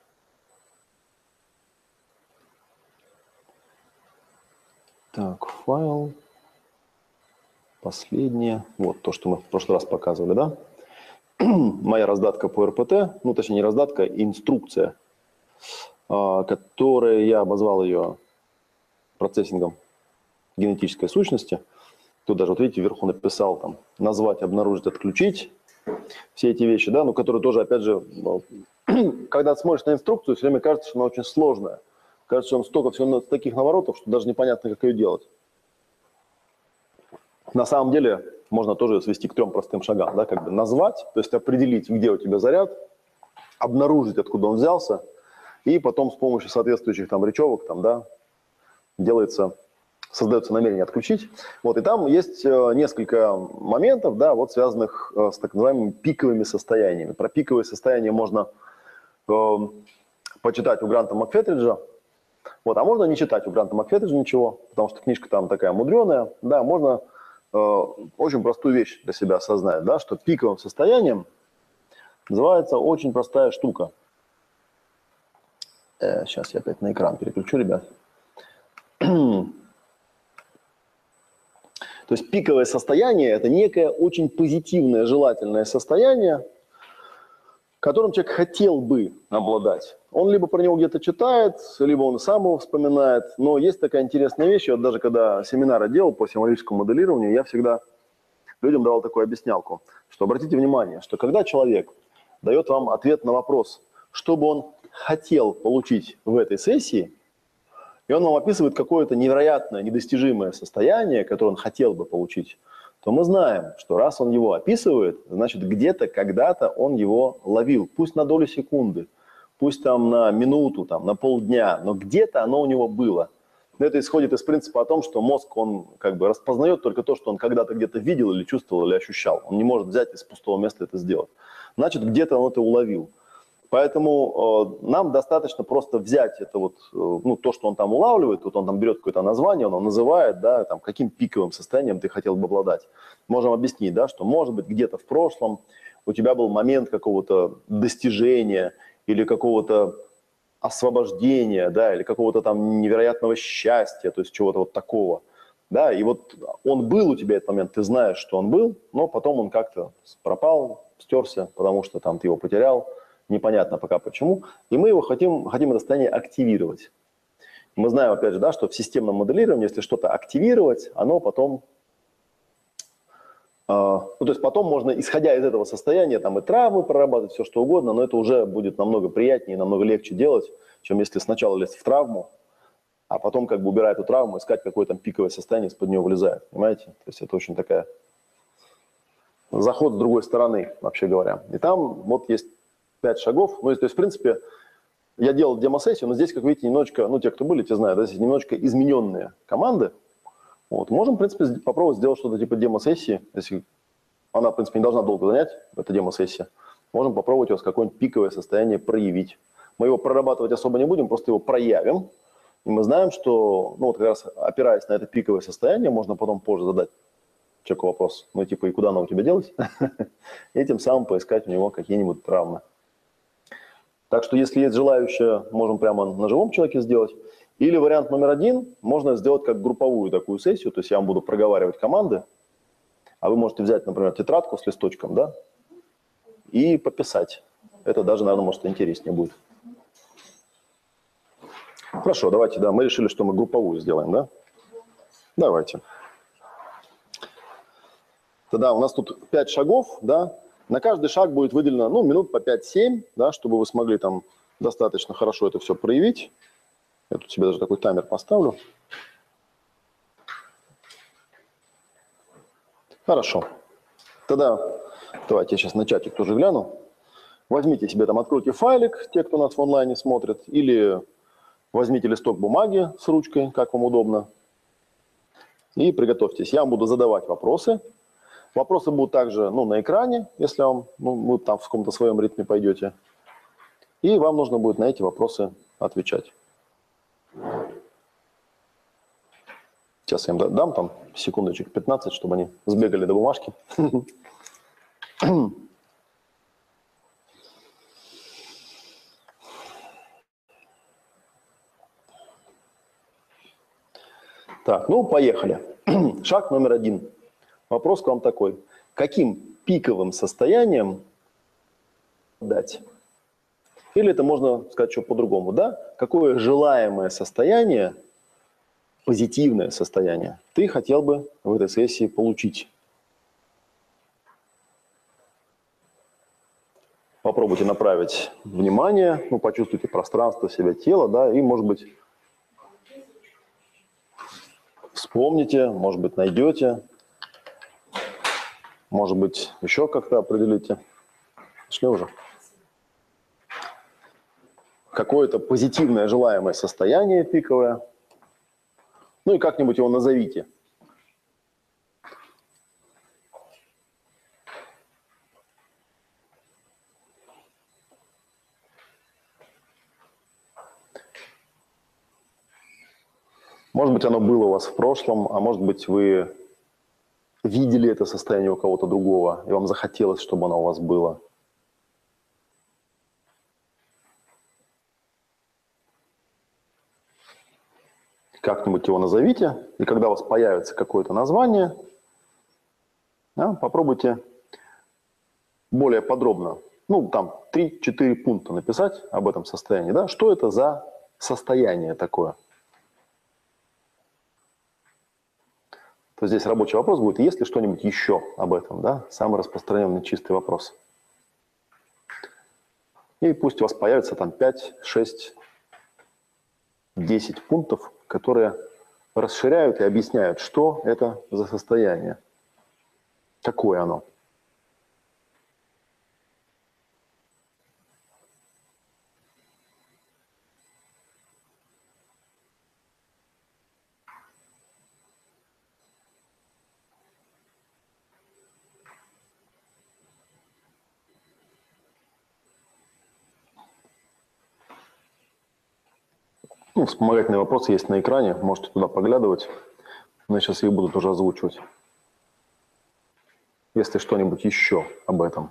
Так, файл... Последнее, вот то, что мы в прошлый раз показывали, да? Моя раздатка по РПТ, ну, точнее, не раздатка, инструкция, которая я обозвал ее процессингом генетической сущности. Тут даже, вот видите, вверху написал там назвать, обнаружить, отключить. Все эти вещи, да, но которые тоже, опять же, когда смотришь на инструкцию, все время кажется, что она очень сложная. Кажется, что там столько всего таких наворотов, что даже непонятно, как ее делать. На самом деле можно тоже свести к 3 простым шагам, да, как бы назвать, то есть определить, где у тебя заряд, обнаружить, откуда он взялся, и потом с помощью соответствующих там речевок, там, да, создается намерение отключить. Вот, и там есть несколько моментов, да, вот связанных с так называемыми пиковыми состояниями. Про пиковые состояния можно почитать у Гранта Макфетриджа, вот, а можно не читать у Гранта Макфетриджа ничего, потому что книжка там такая мудреная, да, можно очень простую вещь для себя осознать, да, что пиковым состоянием называется очень простая штука. Сейчас я опять на экран переключу, ребят. То есть пиковое состояние – это некое очень позитивное, желательное состояние, которым человек хотел бы обладать. Он либо про него где-то читает, либо он сам его вспоминает. Но есть такая интересная вещь, вот даже когда семинары делал по символическому моделированию, я всегда людям давал такую объяснялку, что обратите внимание, что когда человек дает вам ответ на вопрос, что бы он хотел получить в этой сессии, и он вам описывает какое-то невероятное, недостижимое состояние, которое он хотел бы получить, то мы знаем, что раз он его описывает, значит, где-то, когда-то он его ловил, пусть на долю секунды, пусть там на минуту, там, на полдня, но где-то оно у него было. Но это исходит из принципа о том, что мозг, он как бы распознает только то, что он когда-то где-то видел или чувствовал, или ощущал. Он не может взять из пустого места это сделать. Значит, где-то он это уловил. Поэтому нам достаточно просто взять это вот, ну, то, что он там улавливает, вот он там берет какое-то название, он называет, да, там, каким пиковым состоянием ты хотел бы обладать. Можем объяснить, да, что, может быть, где-то в прошлом у тебя был момент какого-то достижения или какого-то освобождения, да, или какого-то там невероятного счастья, то есть чего-то вот такого, да, и вот он был у тебя этот момент, ты знаешь, что он был, но потом он как-то пропал, стерся, потому что там ты его потерял, непонятно пока почему, и мы его хотим это состояние активировать. Мы знаем, опять же, да, что в системном моделировании, если что-то активировать, оно потом, ну, то есть потом можно, исходя из этого состояния, там и травмы прорабатывать, все что угодно, но это уже будет намного приятнее, намного легче делать, чем если сначала лезть в травму, а потом, как бы убирая эту травму, искать какое там пиковое состояние, из-под нее вылезает, понимаете? То есть это очень такая заход с другой стороны, вообще говоря. И там вот есть 5 шагов. Ну, то есть, в принципе, я делал демо-сессию, но здесь, как видите, немножечко, ну, те, кто были, те знают, да, здесь немножечко измененные команды. Вот. Можем, в принципе, попробовать сделать что-то типа демо-сессии, если она, в принципе, не должна долго занять, эта демо-сессия. Можем попробовать у вас какое-нибудь пиковое состояние проявить. Мы его прорабатывать особо не будем, просто его проявим. И мы знаем, что, ну, вот как раз опираясь на это пиковое состояние, можно потом позже задать человеку вопрос, ну, типа, и куда оно у тебя делось? И тем самым поискать у него какие-нибудь травмы. Так что, если есть желающие, можем прямо на живом человеке сделать. Или вариант номер 1, можно сделать как групповую такую сессию, то есть я вам буду проговаривать команды, а вы можете взять, например, тетрадку с листочком, да, и пописать. Это даже, наверное, может, интереснее будет. Хорошо, давайте, да, мы решили, что мы групповую сделаем, да? Давайте. Тогда у нас тут 5 шагов, да. На каждый шаг будет выделено, ну, минут по 5-7, да, чтобы вы смогли там достаточно хорошо это все проявить. Я тут себе даже такой таймер поставлю. Хорошо. Тогда давайте я сейчас на чатик тоже гляну. Возьмите себе там, откройте файлик, те, кто нас в онлайне смотрит, или возьмите листок бумаги с ручкой, как вам удобно, и приготовьтесь. Я вам буду задавать вопросы. Вопросы будут также, ну, на экране, если вам, ну, вы там в каком-то своем ритме пойдете. И вам нужно будет на эти вопросы отвечать. Сейчас я им дам там секундочек 15, чтобы они сбегали до бумажки. Так, ну, поехали. Шаг номер 1. Вопрос к вам такой. Каким пиковым состоянием дать? Или это можно сказать что по-другому, да? Какое желаемое состояние, позитивное состояние ты хотел бы в этой сессии получить? Попробуйте направить внимание, ну, почувствуйте пространство себя, тело, да, и, может быть, вспомните, может быть, найдете, может быть, еще как-то определите. Шли уже. Какое-то позитивное желаемое состояние пиковое. Ну и как-нибудь его назовите. Может быть, оно было у вас в прошлом, а может быть, вы видели это состояние у кого-то другого, и вам захотелось, чтобы оно у вас было. Как-нибудь его назовите, и когда у вас появится какое-то название, да, попробуйте более подробно, ну, там, 3-4 пункта написать об этом состоянии, да, что это за состояние такое. То здесь рабочий вопрос будет, есть ли что-нибудь еще об этом, да, самый распространенный чистый вопрос. И пусть у вас появится там 5, 6, 10 пунктов, которые расширяют и объясняют, что это за состояние, какое оно. Ну, вспомогательные вопросы есть на экране, можете туда поглядывать. Но я сейчас их буду тоже озвучивать. Если что-нибудь еще об этом.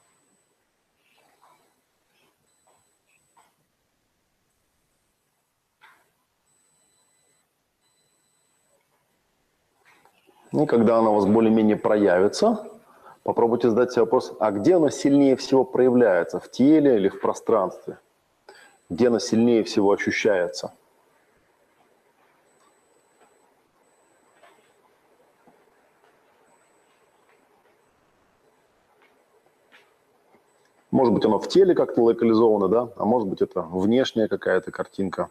И когда она у вас более-менее проявится, попробуйте задать себе вопрос, а где оно сильнее всего проявляется, в теле или в пространстве? Где оно сильнее всего ощущается? Может быть, оно в теле как-то локализовано, да? А может быть, это внешняя какая-то картинка.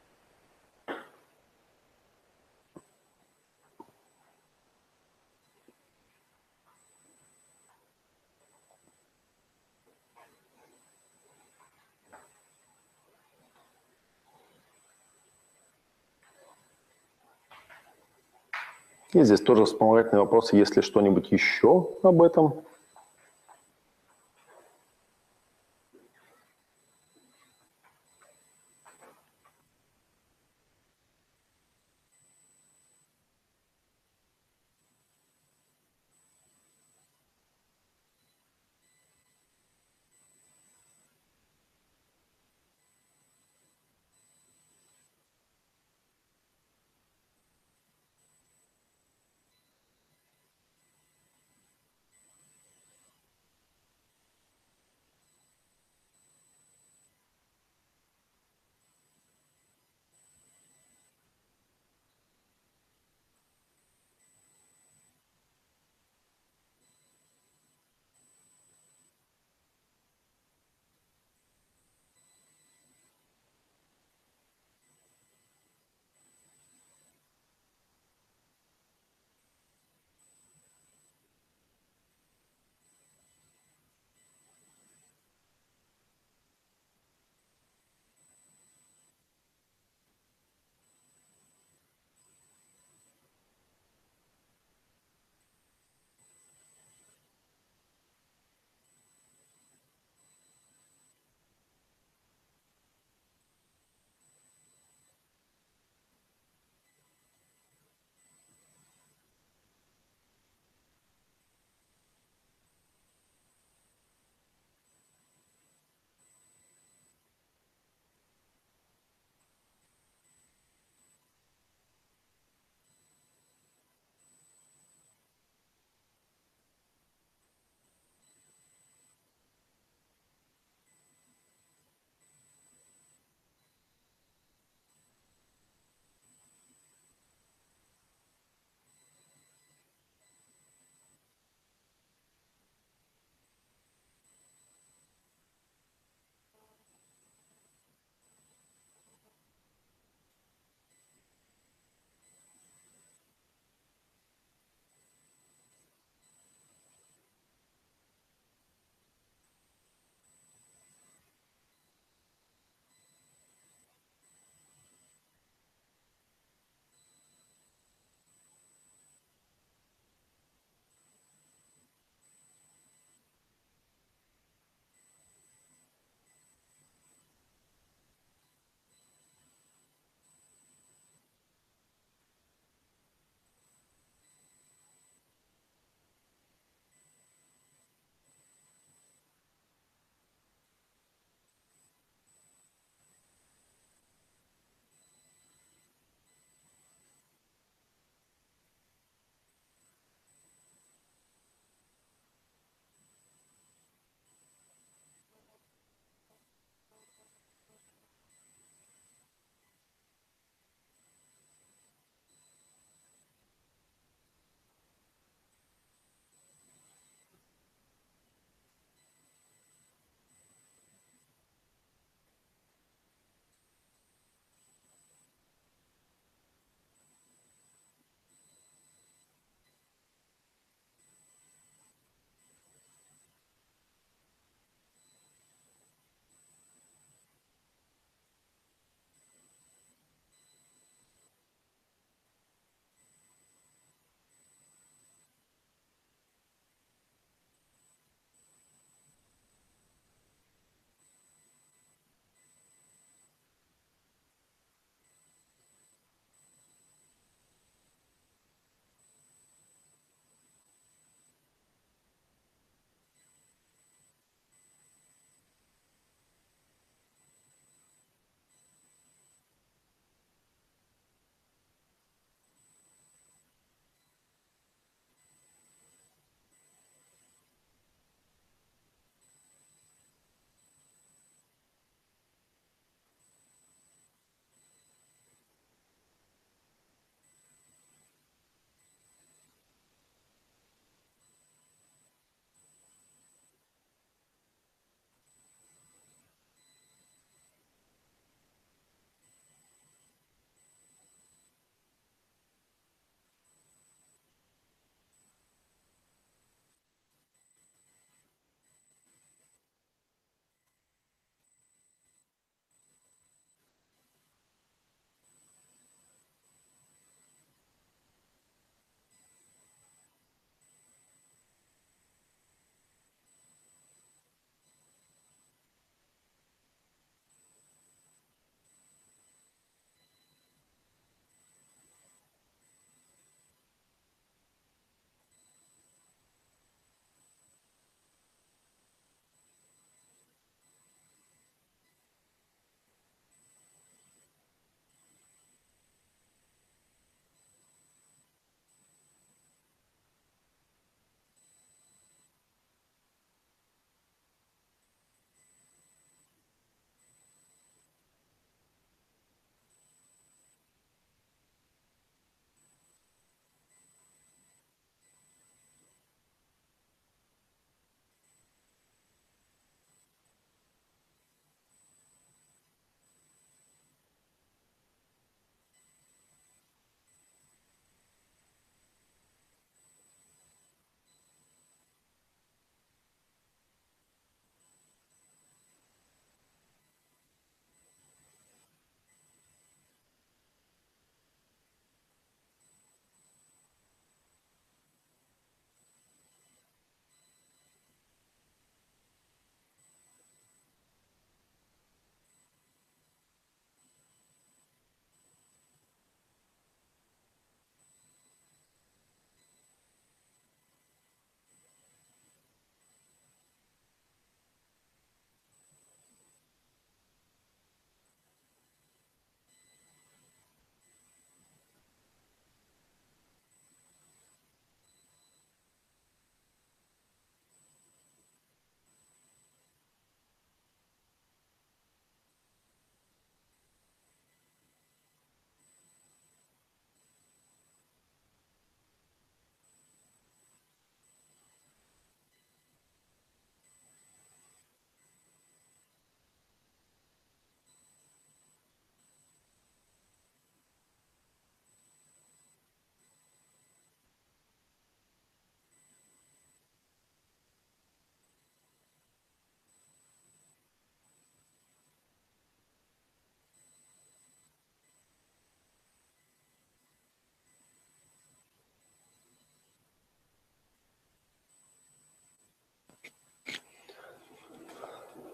И здесь тоже вспомогательный вопрос, есть ли что-нибудь еще об этом.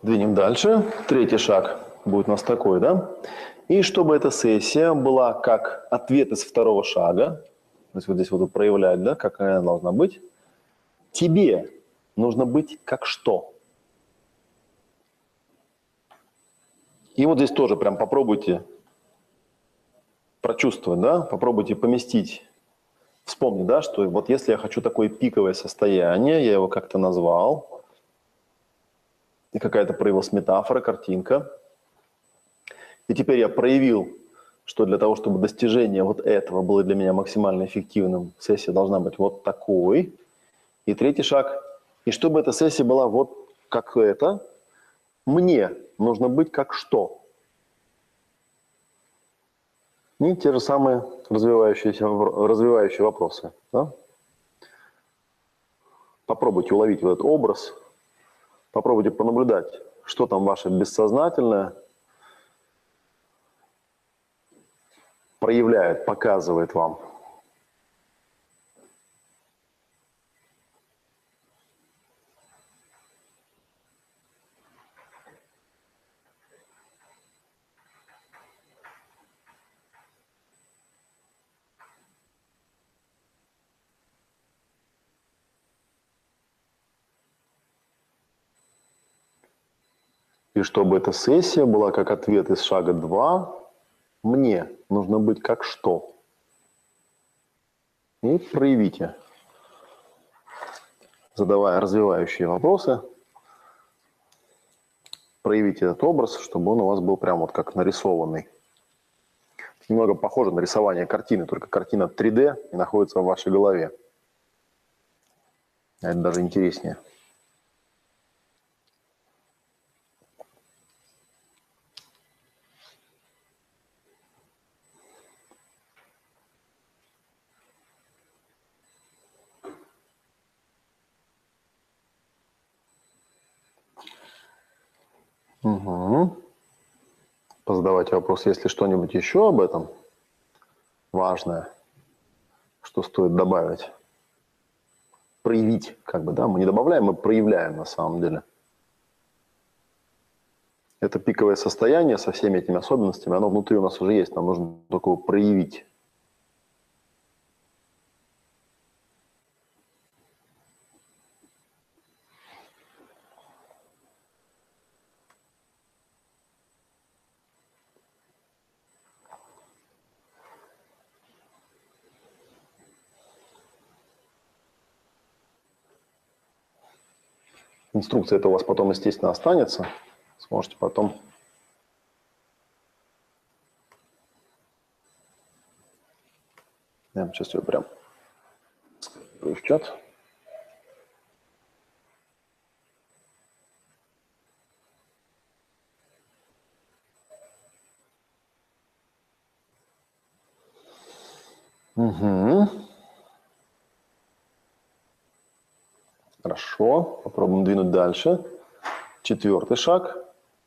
Двинем дальше. Третий шаг будет у нас такой, да? И чтобы эта сессия была как ответ из второго шага, то есть вот здесь вот проявлять, да, какая она должна быть, тебе нужно быть как что. И вот здесь тоже прям попробуйте прочувствовать, да, попробуйте поместить, вспомнить, да, что вот если я хочу такое пиковое состояние, я его как-то назвал, и какая-то проявилась метафора, картинка, и теперь я проявил, что для того, чтобы достижение вот этого было для меня максимально эффективным, сессия должна быть вот такой. И третий шаг, и чтобы эта сессия была вот как это, мне нужно быть как что. И те же самые развивающие вопросы. Да? Попробуйте уловить вот этот образ, попробуйте понаблюдать, что там ваше бессознательное проявляет, показывает вам. И чтобы эта сессия была как ответ из шага 2, мне нужно быть как что. И проявите, задавая развивающие вопросы, проявите этот образ, чтобы он у вас был прям вот как нарисованный. Немного похоже на рисование картины, только картина 3D и находится в вашей голове. А это даже интереснее. Угу. Позадавайте вопрос, есть ли что-нибудь еще об этом важное, что стоит добавить. Проявить, как бы, да, мы не добавляем, мы проявляем на самом деле. Это пиковое состояние со всеми этими особенностями, оно внутри у нас уже есть, нам нужно только его проявить. Инструкция это у вас потом, естественно, останется. Сможете потом... Я сейчас ее прям в чат. Угу. Хорошо. Попробуем двинуть дальше. Четвертый шаг.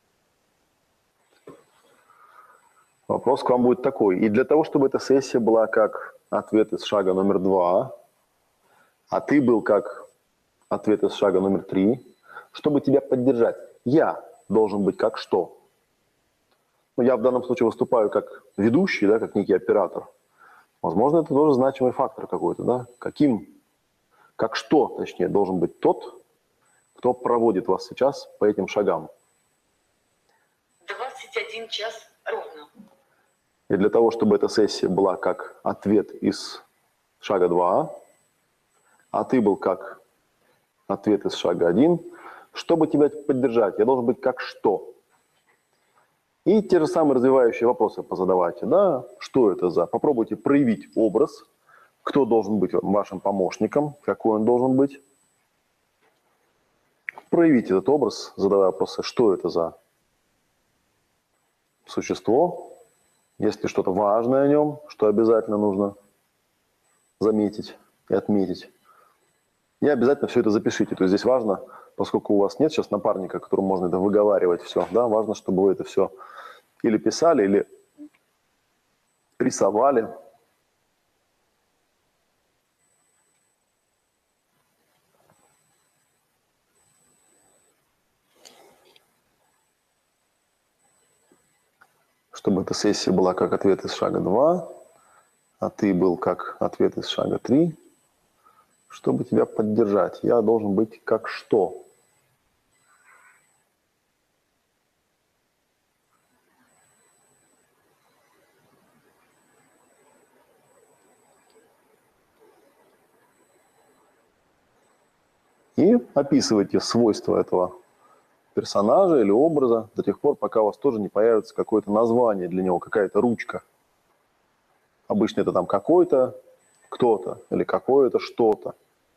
Вопрос к вам будет такой. И для того, чтобы эта сессия была как ответ из шага номер 2, а ты был как ответ из шага номер 3, чтобы тебя поддержать, я должен быть как что? Ну, я в данном случае выступаю как ведущий, да, как некий оператор. Возможно, это тоже значимый фактор какой-то, да? Как что, точнее, должен быть тот, кто проводит вас сейчас по этим шагам. 21 час ровно. И для того, чтобы эта сессия была как ответ из шага 2, а ты был как ответ из шага 1, чтобы тебя поддержать, я должен быть как что? И те же самые развивающие вопросы позадавайте, да, что это за? Попробуйте проявить образ, кто должен быть вашим помощником, какой он должен быть. Проявите этот образ, задавая вопросы, что это за существо, есть ли что-то важное о нем, что обязательно нужно заметить и отметить. И обязательно все это запишите. То есть здесь важно, поскольку у вас нет сейчас напарника, которому можно это выговаривать все, да, важно, чтобы вы это все или писали, или рисовали. чтобы эта сессия была как ответ из шага 2, а ты был как ответ из шага 3. Чтобы тебя поддержать, я должен быть как что? И описывайте свойства этого персонажа или образа до тех пор, пока у вас тоже не появится какое-то название для него, какая-то ручка. Обычно это там какой-то, кто-то или какое-то что-то.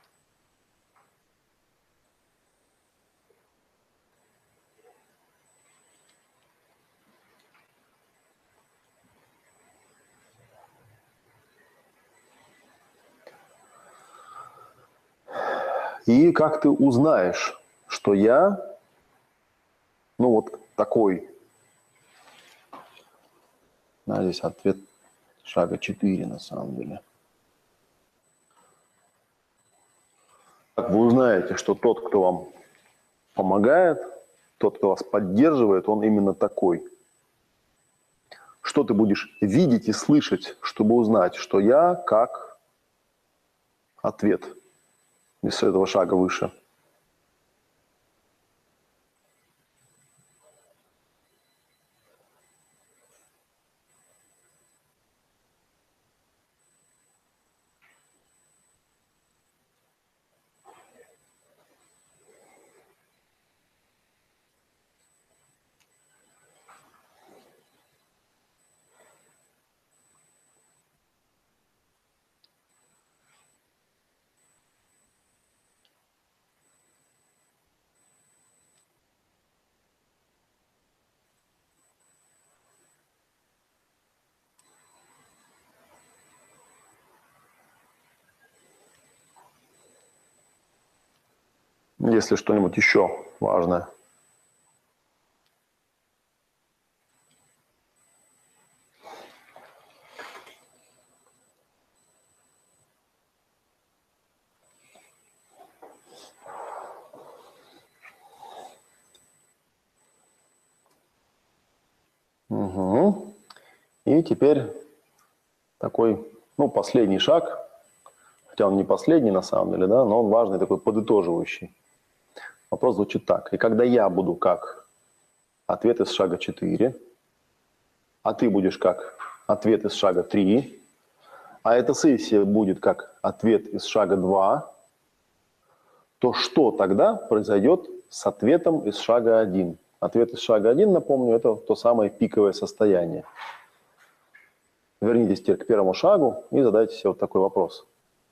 И как ты узнаешь, что я, ну вот такой, да, здесь ответ шага 4 на самом деле. Как вы узнаете, что тот, кто вам помогает, тот, кто вас поддерживает, он именно такой? Что ты будешь видеть и слышать, чтобы узнать, что я как ответ из этого шага выше? Если что-нибудь еще важное. Угу. И теперь такой, ну, последний шаг, хотя он не последний на самом деле, да, но он важный, такой подытоживающий. Вопрос звучит так. И когда я буду как ответ из шага 4, а ты будешь как ответ из шага 3, а эта сессия будет как ответ из шага 2, то что тогда произойдет с ответом из шага 1? Ответ из шага 1, напомню, это то самое пиковое состояние. Вернитесь теперь к первому шагу и задайте себе вот такой вопрос.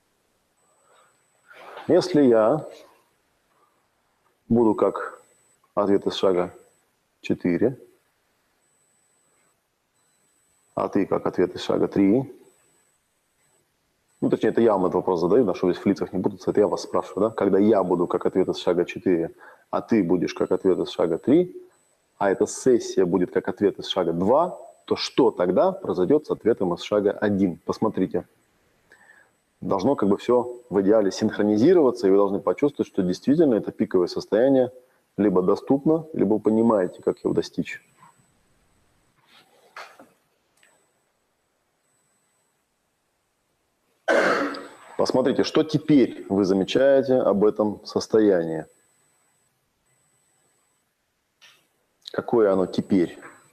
Если я буду как ответ из шага 4, а ты как ответ из шага 3, ну, точнее, это я вам этот вопрос задаю, да, чтобы здесь в лицах не путаться, это я вас спрашиваю, да, когда я буду как ответ из шага 4, а ты будешь как ответ из шага 3, а эта сессия будет как ответ из шага 2, то что тогда произойдет с ответом из шага 1? Посмотрите. Должно как бы все в идеале синхронизироваться, и вы должны почувствовать, что действительно это пиковое состояние либо доступно, либо вы понимаете, как его достичь. Посмотрите, что теперь вы замечаете об этом состоянии. Какое оно теперь?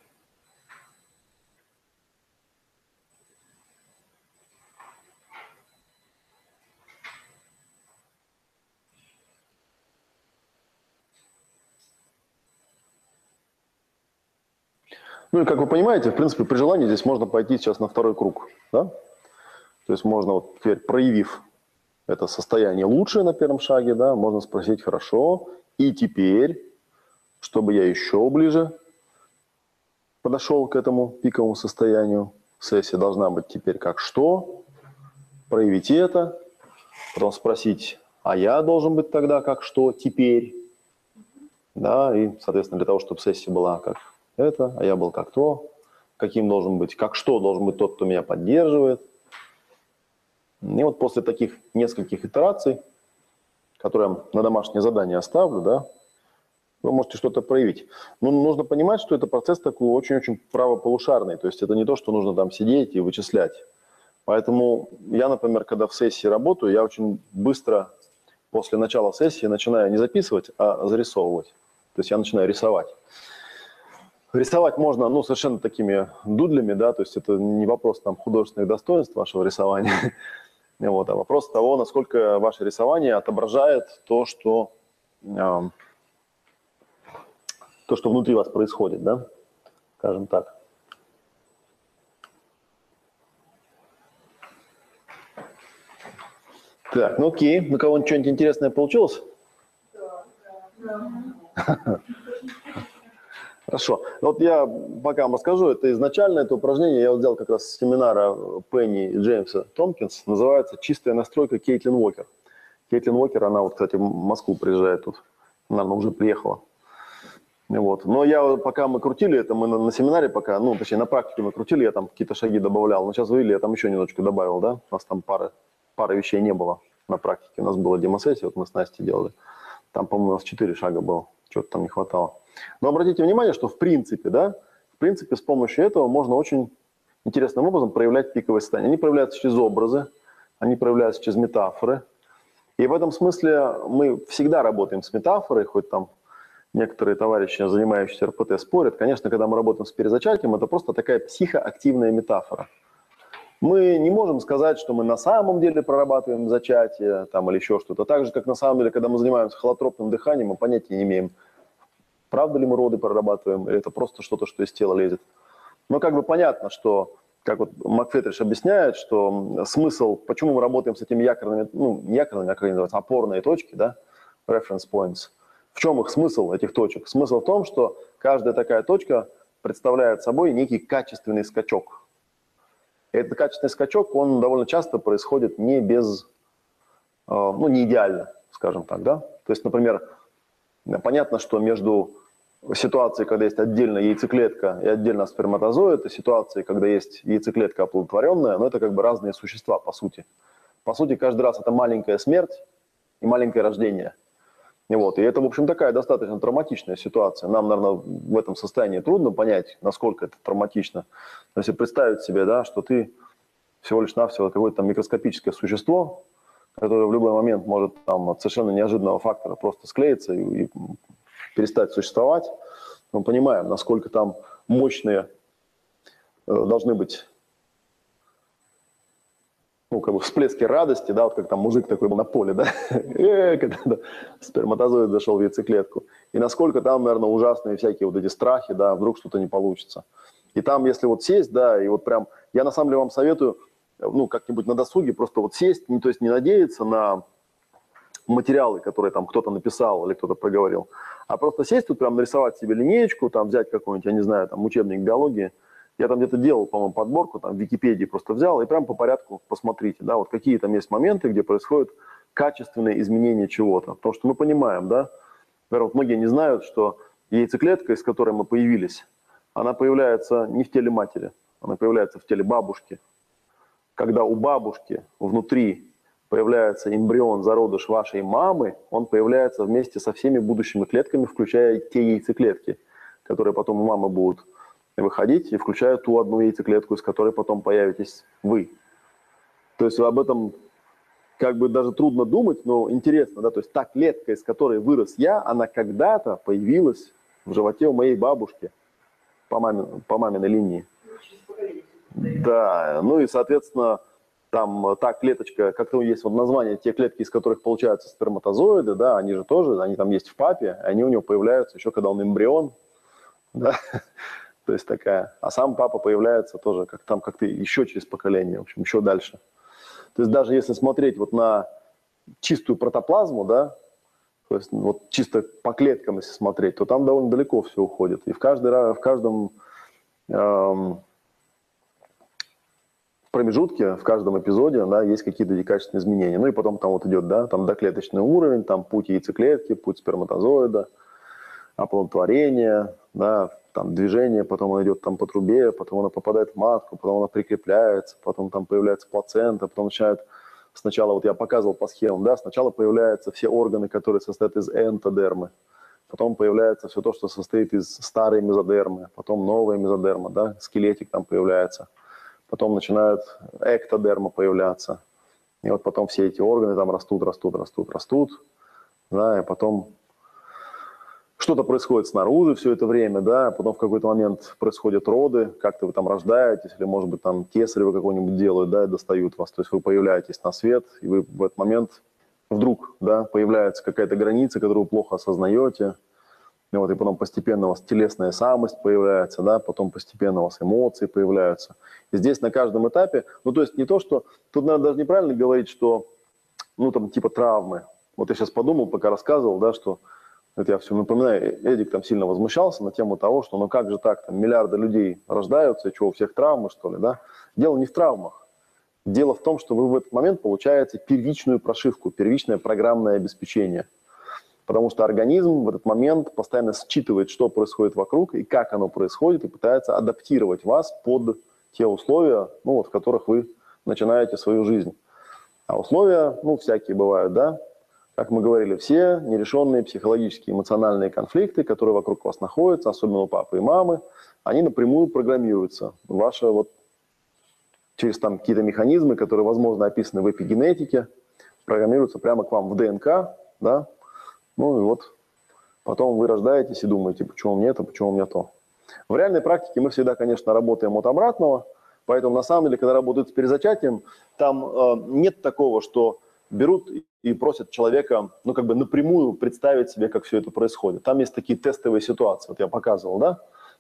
Ну и как вы понимаете, в принципе, при желании здесь можно пойти сейчас на второй круг. Да? То есть можно вот теперь, проявив это состояние лучше на первом шаге, да, можно спросить: хорошо, и теперь, чтобы я еще ближе подошел к этому пиковому состоянию, сессия должна быть теперь как что, проявить это, потом спросить: а я должен быть тогда как что теперь, да, и, соответственно, для того, чтобы сессия была как это, а я был как то, каким должен быть, как что должен быть тот, кто меня поддерживает. И вот после таких нескольких итераций, которые я на домашнее задание оставлю, да, вы можете что-то проявить. Но нужно понимать, что это процесс такой очень-очень правополушарный. То есть это не то, что нужно там сидеть и вычислять. Поэтому я, например, когда в сессии работаю, я очень быстро после начала сессии начинаю не записывать, а зарисовывать. То есть я начинаю рисовать. Рисовать можно, ну, совершенно такими дудлями, да, то есть это не вопрос там художественных достоинств вашего рисования, вот, а вопрос того, насколько ваше рисование отображает то, что внутри вас происходит, да, скажем так. Так, ну окей, у кого-нибудь что-нибудь интересное получилось? Хорошо. Вот я пока вам расскажу, это изначально это упражнение я взял как раз с семинара Пенни и Джеймса Томпкинс, называется «Чистая настройка Кейтлин Уокер». Кейтлин Уокер, она вот, кстати, в Москву приезжает тут, наверное, уже приехала. Вот. Но я, пока мы крутили это, мы на семинаре пока, ну, точнее, на практике мы крутили, я там какие-то шаги добавлял, но сейчас вы видели, я там еще немножечко добавил, да, у нас там пары вещей не было на практике, у нас была демосессия, вот мы с Настей делали, там, по-моему, у нас 4 шага было, чего-то там не хватало. Но обратите внимание, что в принципе, да, с помощью этого можно очень интересным образом проявлять пиковое состояние. Они проявляются через образы, они проявляются через метафоры. И в этом смысле мы всегда работаем с метафорой, хоть там некоторые товарищи, занимающиеся РПТ, спорят. Конечно, когда мы работаем с перезачатием, это просто такая психоактивная метафора. Мы не можем сказать, что мы на самом деле прорабатываем зачатие там, или еще что-то. Так же, как на самом деле, когда мы занимаемся холотропным дыханием, мы понятия не имеем, правда ли мы роды прорабатываем, или это просто что-то, что из тела лезет. Но как бы понятно, что, как вот Макфетриш объясняет, что смысл, почему мы работаем с этими якорными, ну, не якорными, а как они называются, опорные точки, да, reference points. В чем их смысл, этих точек? Смысл в том, что каждая такая точка представляет собой некий качественный скачок. И этот качественный скачок, он довольно часто происходит не без, ну, не идеально, скажем так, да. То есть, например, понятно, что между ситуацией, когда есть отдельно яйцеклетка и отдельно сперматозоид, и ситуацией, когда есть яйцеклетка оплодотворенная, но это как бы разные существа, по сути. По сути, каждый раз это маленькая смерть и маленькое рождение. И вот, и это, в общем, такая достаточно травматичная ситуация. Нам, наверное, в этом состоянии трудно понять, насколько это травматично. Но если представить себе, да, что ты всего лишь навсего какое-то там микроскопическое существо, которое в любой момент может там, от совершенно неожиданного фактора просто склеиться и перестать существовать, мы понимаем, насколько там мощные должны быть, ну, как бы всплески радости, да, вот как там мужик такой был на поле, да, когда сперматозоид зашел в яйцеклетку, и насколько там, наверное, ужасные всякие вот эти страхи, да, вдруг что-то не получится. И там, если вот сесть, да, и вот прям, я на самом деле вам советую, ну, как-нибудь на досуге просто вот сесть, то есть не надеяться на материалы, которые там кто-то написал или кто-то проговорил, а просто сесть тут прям нарисовать себе линеечку, там взять какой-нибудь, я не знаю, там учебник биологии. Я там где-то делал, по-моему, подборку, там в Википедии просто взял и прям по порядку посмотрите, да, вот какие там есть моменты, где происходит качественное изменение чего-то. Потому что мы понимаем, да, например, вот многие не знают, что яйцеклетка, из которой мы появились, она появляется не в теле матери, она появляется в теле бабушки. Когда у бабушки внутри появляется эмбрион, зародыш вашей мамы, он появляется вместе со всеми будущими клетками, включая те яйцеклетки, которые потом у мамы будут выходить, и включая ту одну яйцеклетку, из которой потом появитесь вы. То есть об этом как бы даже трудно думать, но интересно, да, то есть та клетка, из которой вырос я, она когда-то появилась в животе у моей бабушки по маминой линии. Да, ну и, соответственно, там та клеточка, как-то есть вот название, те клетки, из которых получаются сперматозоиды, да, они же тоже, они там есть в папе, они у него появляются еще когда он эмбрион, да, то есть такая, а сам папа появляется тоже как там как-то еще через поколение, в общем, еще дальше. То есть даже если смотреть вот на чистую протоплазму, да, то есть вот чисто по клеткам если смотреть, то там довольно далеко все уходит. И в каждом промежутке, в каждом эпизоде, да, есть какие-то качественные изменения. Ну и потом там вот идет, да, там доклеточный уровень, там путь яйцеклетки, путь сперматозоида, оплодотворение, да, там движение, потом она идет там по трубе, потом она попадает в матку, потом она прикрепляется, потом там появляется плацента, потом начинают сначала, вот я показывал по схемам, да, сначала появляются все органы, которые состоят из энтодермы. потом появляется все то, что состоит из старой мезодермы, потом новая мезодерма, да, скелетик там появляется, потом начинают эктодерма появляться, и вот потом все эти органы там растут, да, и потом что-то происходит снаружи все это время, да, потом в какой-то момент происходят роды, как-то вы там рождаетесь, или, может быть, там кесарево какое-нибудь делают, да, и достают вас, то есть вы появляетесь на свет, и вы в этот момент вдруг, да, появляется какая-то граница, которую вы плохо осознаете, и вот, и потом постепенно у вас телесная самость появляется, да, потом постепенно у вас эмоции появляются. И здесь на каждом этапе, ну, то есть не то, что, тут надо даже неправильно говорить, что, ну, там, типа травмы. Вот я сейчас подумал, пока рассказывал, да, что, это я все напоминаю, Эдик там сильно возмущался на тему того, что, ну, как же так, там, миллиарды людей рождаются, и что, у всех травмы, что ли, да? Дело не в травмах. Дело в том, что вы в этот момент получаете первичную прошивку, первичное программное обеспечение. Потому что организм в этот момент постоянно считывает, что происходит вокруг и как оно происходит, и пытается адаптировать вас под те условия, ну, вот, в которых вы начинаете свою жизнь. А условия, ну, всякие бывают, да? Как мы говорили, все нерешенные психологические, эмоциональные конфликты, которые вокруг вас находятся, особенно у папы и мамы, они напрямую программируются. Ваша вот через там какие-то механизмы, которые, возможно, описаны в эпигенетике, программируются прямо к вам в ДНК, да? Ну и вот потом вы рождаетесь и думаете, почему мне это, почему мне то. В реальной практике мы всегда, конечно, работаем от обратного, поэтому на самом деле, когда работают с перезачатием, там нет такого, что берут и просят человека, ну, как бы напрямую представить себе, как все это происходит. Там есть такие тестовые ситуации, вот я показывал, да.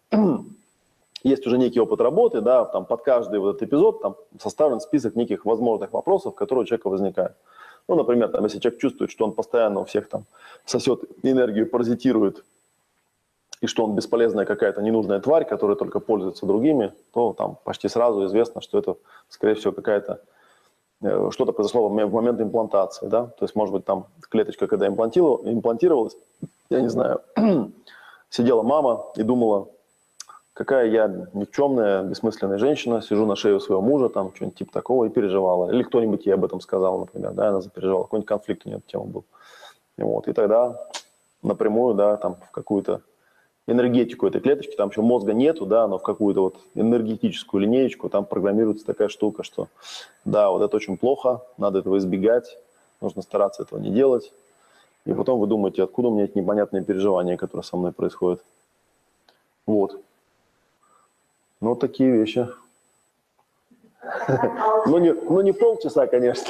Есть уже некий опыт работы, да, там под каждый вот этот эпизод там составлен список неких возможных вопросов, которые у человека возникают. Ну, например, там, если человек чувствует, что он постоянно у всех там сосет энергию, паразитирует, и что он бесполезная какая-то ненужная тварь, которая только пользуется другими, то там почти сразу известно, что это, скорее всего, какая-то что-то произошло в момент имплантации, да, то есть, может быть, там клеточка, когда имплантировалась, я не знаю, сидела мама и думала, какая я никчемная, бессмысленная женщина, сижу на шее у своего мужа, там, что-нибудь типа такого, и переживала. Или кто-нибудь ей об этом сказал, например, да, она запереживала, какой-нибудь конфликт у нее на тему был. И вот, и тогда напрямую, да, там, в какую-то энергетику этой клеточки, там еще мозга нету, да, но в какую-то вот энергетическую линеечку там программируется такая штука, что, да, вот это очень плохо, надо этого избегать, нужно стараться этого не делать. И потом вы думаете, откуда у меня эти непонятные переживания, которые со мной происходят. Вот. Ну, вот такие вещи. Ну, не полчаса, конечно.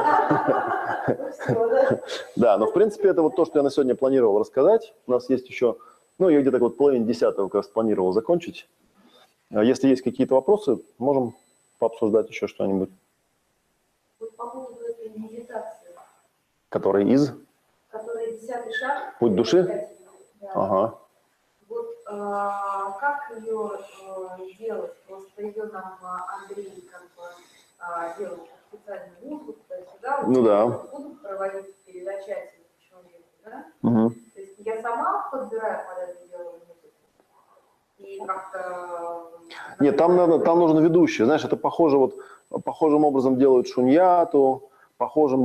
Да, но, в принципе, это вот то, что я на сегодня планировал рассказать. У нас есть еще, ну, я где-то вот половине 10-го как раз планировал закончить. Если есть какие-то вопросы, можем пообсуждать еще что-нибудь. Вот по поводу этой медитации. Который из? Который 10-й шаг. Путь души? Да. Ага. Вот как ее делать? Просто ее нам Андрей как бы делал специальную музыку, туда-сюда. Ну да. Будут проводить перезачатие человека, да? Угу. То есть я сама подбираю под это дело музыку. И как-то... Нет, там нужен ведущий. Знаешь, это похоже, вот, похожим образом делают шуньяту, похожим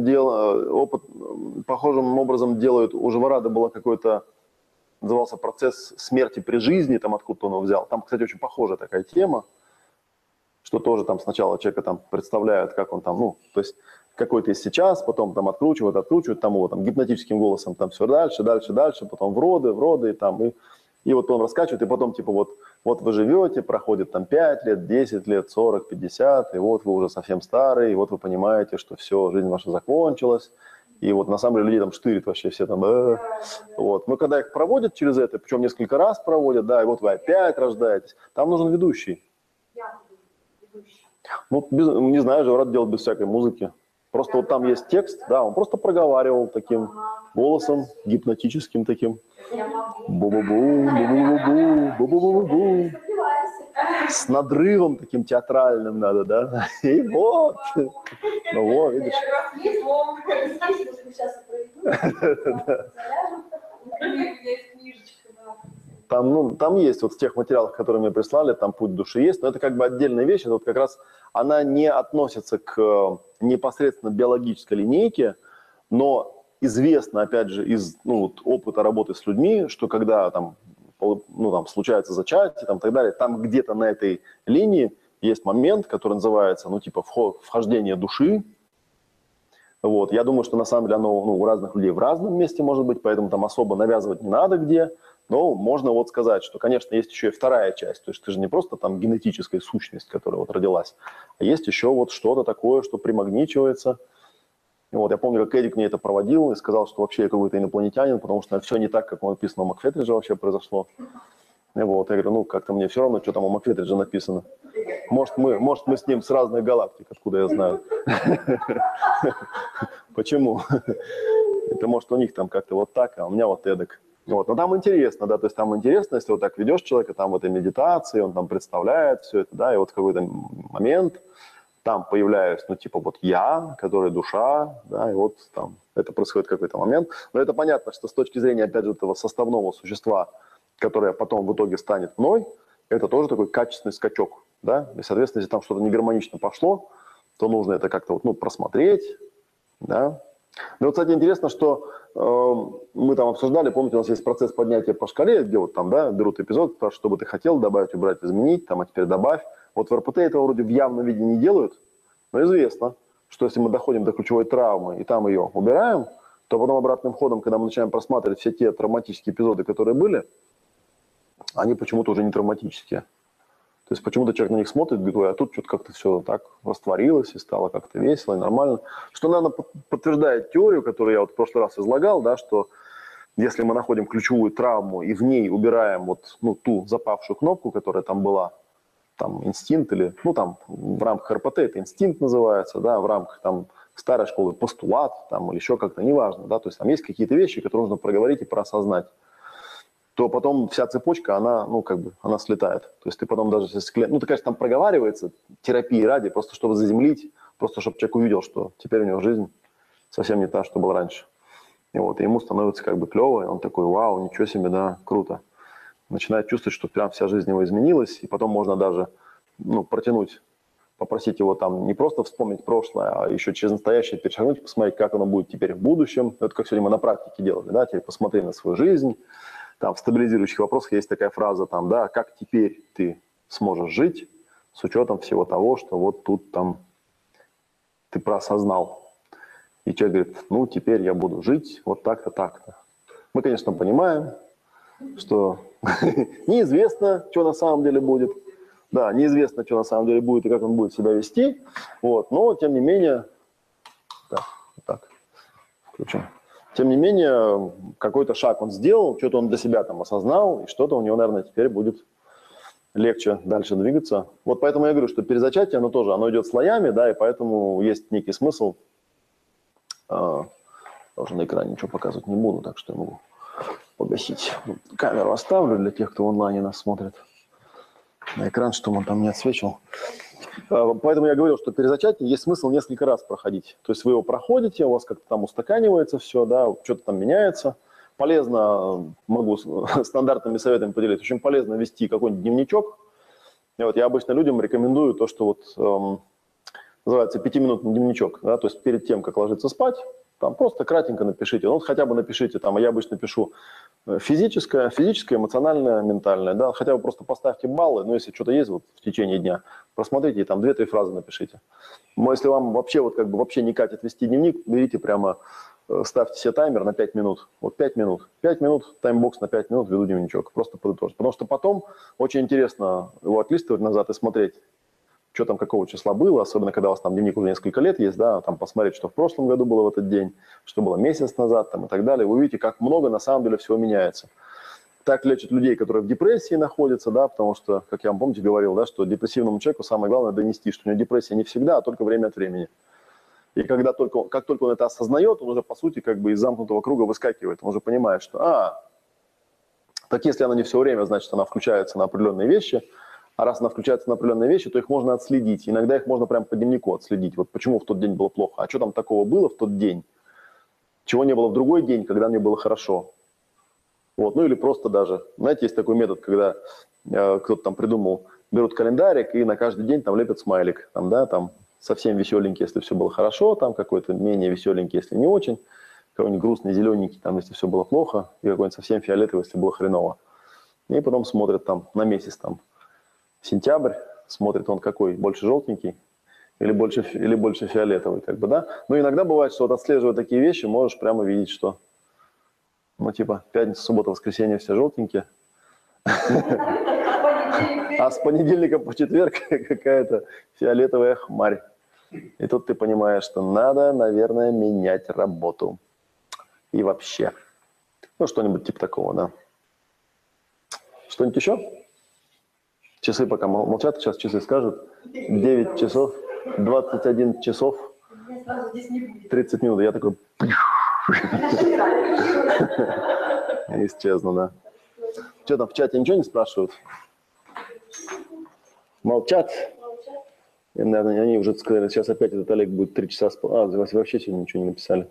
образом делают, у Живорада было какой-то, назывался процесс смерти при жизни, там откуда он его взял. Там, кстати, очень похожая такая тема, что тоже там сначала человека там представляют, как он там, ну, то есть какой-то есть сейчас, потом там откручивают, там его там гипнотическим голосом там все дальше, потом в роды, там, и вот он раскачивает, и потом типа вот вы живете, проходит там 5 лет, 10 лет, 40, 50, и вот вы уже совсем старый, и вот вы понимаете, что все, жизнь ваша закончилась, и вот на самом деле людей там штырит вообще все там, вот. Но когда их проводят через это, причем несколько раз проводят, да, и вот вы опять рождаетесь, там нужен ведущий. Я буду ведущей. Ну, не знаю, Живорад делал без всякой музыки. Просто вот там есть текст, да, он просто проговаривал таким голосом, гипнотическим таким. Я могу. Бу-бу-бу, бу-бу-бу-бу, бу-бу-бу-бу. С надрывом таким театральным надо, да? И вот. Ну вот, видишь. Там есть вот в тех материалах, которые мне прислали, там путь души есть, но это как бы отдельная вещь, это вот как раз она не относится к непосредственно биологической линейке, но известно, опять же, из вот опыта работы с людьми, что когда там, там случается зачатие, там, и так далее, там где-то на этой линии есть момент, который называется, типа, вхождение души. Вот. Я думаю, что на самом деле оно у разных людей в разном месте может быть, поэтому там особо навязывать не надо где. Но можно вот сказать, что, конечно, есть еще и вторая часть. То есть ты же не просто там генетическая сущность, которая вот родилась, а есть еще вот что-то такое, что примагничивается. Вот, я помню, как Эдик мне это проводил и сказал, что вообще я какой-то инопланетянин, потому что все не так, как написано у Макфетридже вообще произошло. И вот, я говорю, как-то мне все равно, что там у Макфетридже написано. Может, мы с ним с разных галактик, откуда я знаю. Почему? Это может у них там как-то вот так, а у меня вот эдак. Вот. Но там интересно, да, то есть там интересно, если вот так ведешь человека там в этой медитации, он там представляет все это, да, и вот в какой-то момент там появляюсь, типа вот я, который душа, да, и вот там это происходит какой-то момент. Но это понятно, что с точки зрения, опять же, этого составного существа, которое потом в итоге станет мной, это тоже такой качественный скачок, да, и, соответственно, если там что-то негармонично пошло, то нужно это как-то вот, просмотреть, да. Ну, вот, кстати, интересно, что мы там обсуждали, помните, у нас есть процесс поднятия по шкале, где вот там, да, берут эпизод, спрашивают, что бы ты хотел добавить, убрать, изменить, там, а теперь добавь. Вот в РПТ этого вроде в явном виде не делают, но известно, что если мы доходим до ключевой травмы и там ее убираем, то потом обратным ходом, когда мы начинаем просматривать все те травматические эпизоды, которые были, они почему-то уже не травматические. То есть почему-то человек на них смотрит, говорит, ой, а тут что-то как-то все так растворилось и стало как-то весело и нормально. Что, наверное, подтверждает теорию, которую я вот в прошлый раз излагал, да, что если мы находим ключевую травму и в ней убираем вот, ту запавшую кнопку, которая там была, там инстинкт или, там в рамках РПТ это инстинкт называется, да, в рамках там старой школы постулат там или еще как-то, неважно, да, то есть там есть какие-то вещи, которые нужно проговорить и проосознать, то потом вся цепочка, она, она слетает. То есть ты потом даже, если клиент, это, конечно, там проговаривается терапии ради, просто чтобы заземлить, просто чтобы человек увидел, что теперь у него жизнь совсем не та, что была раньше. И вот, и ему становится как бы клево, и он такой, вау, ничего себе, да, круто. Начинает чувствовать, что прям вся жизнь его изменилась, и потом можно даже, протянуть, попросить его там не просто вспомнить прошлое, а еще через настоящее перешагнуть, посмотреть, как оно будет теперь в будущем. Это как сегодня мы на практике делали, да, теперь посмотри на свою жизнь. Там в стабилизирующих вопросах есть такая фраза, там, да, как теперь ты сможешь жить с учетом всего того, что вот тут там ты проосознал. И человек говорит, теперь я буду жить вот так-то, так-то. Мы, конечно, понимаем, что неизвестно, что на самом деле будет. Да, неизвестно, что на самом деле будет и как он будет себя вести. Вот, но, тем не менее, так, включим. Тем не менее, какой-то шаг он сделал, что-то он для себя там осознал, и что-то у него, наверное, теперь будет легче дальше двигаться. Вот поэтому я говорю, что перезачатие, оно идет слоями, да, и поэтому есть некий смысл. Тоже на экране ничего показывать не буду, так что я могу погасить. Камеру оставлю для тех, кто в онлайне нас смотрит. На экран, чтобы он там не отсвечивал. Поэтому я говорил, что перезачатие есть смысл несколько раз проходить. То есть вы его проходите, у вас как-то там устаканивается все, да, что-то там меняется. Полезно, могу стандартными советами поделиться, очень полезно вести какой-нибудь дневничок. И вот я обычно людям рекомендую то, что вот называется 5-минутный дневничок. Да, то есть перед тем, как ложиться спать, там просто кратенько напишите. Хотя бы напишите, там, я обычно пишу физическое, эмоциональное, ментальное, да, хотя бы просто поставьте баллы, если что-то есть вот в течение дня, просмотрите и там 2-3 фразы напишите. Но если вам вообще вот как бы вообще не катит вести дневник, берите прямо, ставьте себе таймер на 5 минут, вот 5 минут, 5 минут, таймбокс на 5 минут, веду дневничок, просто подытожить. Потому что потом очень интересно его отлистывать назад и смотреть, что там какого числа было, особенно когда у вас там дневник уже несколько лет есть, да, там посмотреть, что в прошлом году было в этот день, что было месяц назад там, и так далее. Вы увидите, как много на самом деле всего меняется. Так лечат людей, которые в депрессии находятся, да, потому что, как я вам, помните, говорил, да, что депрессивному человеку самое главное донести, что у него депрессия не всегда, а только время от времени. И как только он это осознает, он уже, по сути, как бы из замкнутого круга выскакивает. Он уже понимает, что, так если она не все время, значит, она включается на определенные вещи. А раз она включается на определенные вещи, то их можно отследить. Иногда их можно прямо по дневнику отследить. Вот почему в тот день было плохо, а что там такого было в тот день, чего не было в другой день, когда мне было хорошо. Вот. Или просто даже, знаете, есть такой метод, когда кто-то там придумал, берут календарик и на каждый день там лепят смайлик. Там, да, там совсем веселенький, если все было хорошо, там какой-то менее веселенький, если не очень. какой-нибудь грустный, зелененький, там, если все было плохо, и какой-нибудь совсем фиолетовый, если было хреново. И потом смотрят там на месяц, там, сентябрь, смотрит он какой, больше желтенький или больше фиолетовый, как бы, да. Но иногда бывает, что вот отслеживая такие вещи, можешь прямо видеть, что, ну, типа, пятница, суббота, воскресенье все желтенькие, а с понедельника по четверг какая-то фиолетовая хмарь. И тут ты понимаешь, что надо, наверное, менять работу. И вообще. Ну, что-нибудь типа такого, да. Что-нибудь еще? Часы пока молчат, сейчас часы скажут. 9 часов, 21 часов, 30 минут. Я такой... Исчезну, да. Что там, в чате ничего не спрашивают? Молчат? И, наверное, они уже сказали, сейчас опять этот Олег будет 3 часа... вообще сегодня ничего не написали.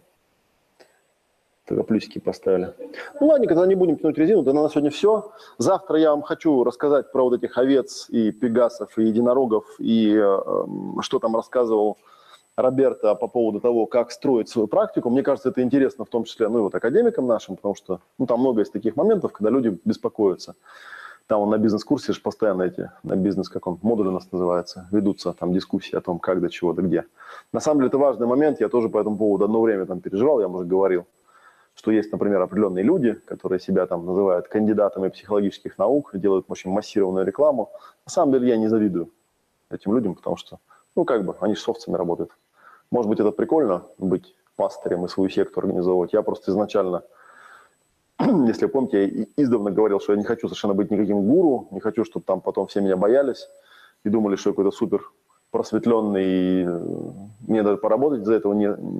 Только плюсики поставили. Ну, ладно, когда не будем тянуть резину, то на сегодня все. Завтра я вам хочу рассказать про вот этих овец и пегасов, и единорогов, и что там рассказывал Роберто по поводу того, как строить свою практику. Мне кажется, это интересно в том числе, ну, и вот академикам нашим, потому что, ну, там много есть таких моментов, когда люди беспокоятся. Там на бизнес-курсе же постоянно эти, на бизнес, как он, модуль у нас называется, ведутся там дискуссии о том, как, до чего, до где. На самом деле это важный момент, я тоже по этому поводу одно время там переживал, я вам уже говорил, что есть, например, определенные люди, которые себя там называют кандидатами психологических наук, делают очень массированную рекламу. На самом деле я не завидую этим людям, потому что, ну, как бы, они же с овцами работают. Может быть, это прикольно, быть пастырем и свою секту организовывать. Я просто изначально, если вы помните, я издавна говорил, что я не хочу совершенно быть никаким гуру, не хочу, чтобы там потом все меня боялись и думали, что я какой-то супер просветленный, и мне даже поработать из-за этого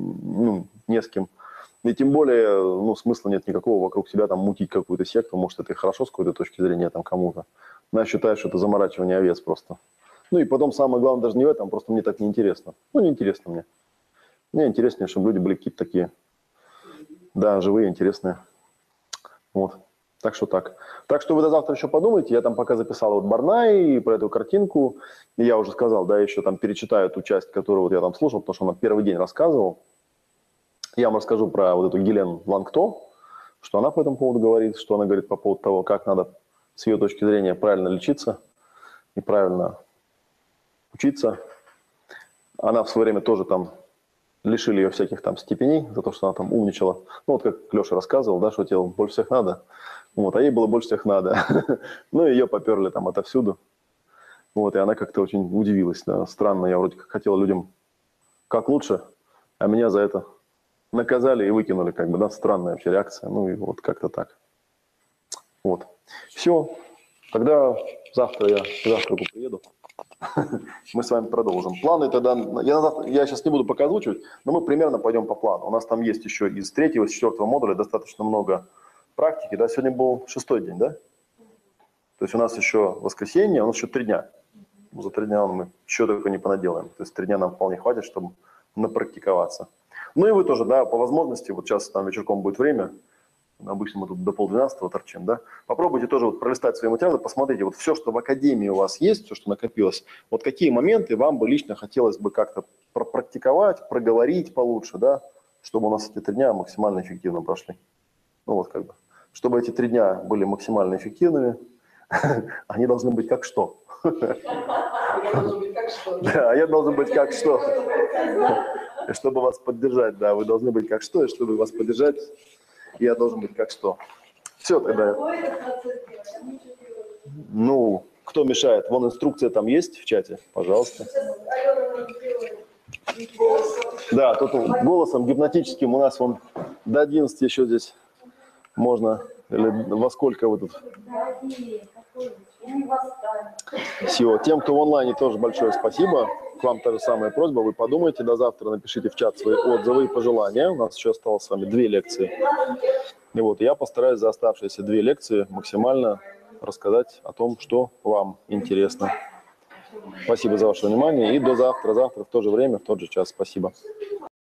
не с кем. И тем более, ну, смысла нет никакого вокруг себя там мутить какую-то секту, может, это и хорошо с какой-то точки зрения там кому-то. Но я считаю, что это заморачивание овец просто. Ну и потом самое главное даже не в этом, просто мне так неинтересно. Ну, неинтересно мне. Мне интереснее, чтобы люди были какие-то такие, да, живые, интересные. Вот. Так что так. Так что вы до завтра еще подумайте. Я там пока записал вот Барнай про эту картинку. И я уже сказал, да, еще там перечитаю ту часть, которую вот я там слушал, потому что она первый день рассказывал. Я вам расскажу про вот эту Гелен Лангто, что она по этому поводу говорит, что она говорит по поводу того, как надо с ее точки зрения правильно лечиться и правильно учиться. Она в свое время тоже там лишили ее всяких там степеней за то, что она там умничала. Ну вот как Леша рассказывал, да, что тебе больше всех надо. Вот, а ей было больше всех надо. Ну, ее поперли там отовсюду. Вот, и она как-то очень удивилась. Да. Странно, я вроде как хотел людям как лучше, а меня за это наказали и выкинули, как бы, да, странная вообще реакция. Ну, и вот как-то так. Вот. Все. Тогда завтра я к завтраку приеду. Мы с вами продолжим. Планы тогда... Я сейчас не буду пока озвучивать, но мы примерно пойдем по плану. У нас там есть еще из 3-го, с 4-го модуля достаточно много практики. Да? Сегодня был 6-й день, да? То есть у нас еще воскресенье, у нас еще 3 дня. За 3 дня мы еще только не понаделаем. То есть 3 дня нам вполне хватит, чтобы напрактиковаться. Ну и вы тоже, да, по возможности, вот сейчас там вечерком будет время, обычно мы тут до 11:30 торчим, да, попробуйте тоже вот пролистать свои материалы, посмотрите, вот все, что в академии у вас есть, все, что накопилось, вот какие моменты вам бы лично хотелось бы как-то пропрактиковать, проговорить получше, да, чтобы у нас эти 3 дня максимально эффективно прошли. Ну вот как бы, чтобы эти 3 дня были максимально эффективными, они должны быть как что. Да, я должен быть как что. Чтобы вас поддержать, да, вы должны быть как что, и чтобы вас поддержать, я должен быть как что. Все тогда. Ну, кто мешает? Вон инструкция там есть в чате, пожалуйста. Да, тут голосом гипнотическим у нас вон до 11 еще здесь можно. Или во сколько вы тут? Все, тем, кто в онлайне, тоже большое спасибо. К вам та же самая просьба. Вы подумайте до завтра, напишите в чат свои отзывы и пожелания. У нас еще осталось с вами 2 лекции. И вот я постараюсь за оставшиеся 2 лекции максимально рассказать о том, что вам интересно. Спасибо за ваше внимание и до завтра. Завтра в то же время, в тот же час. Спасибо.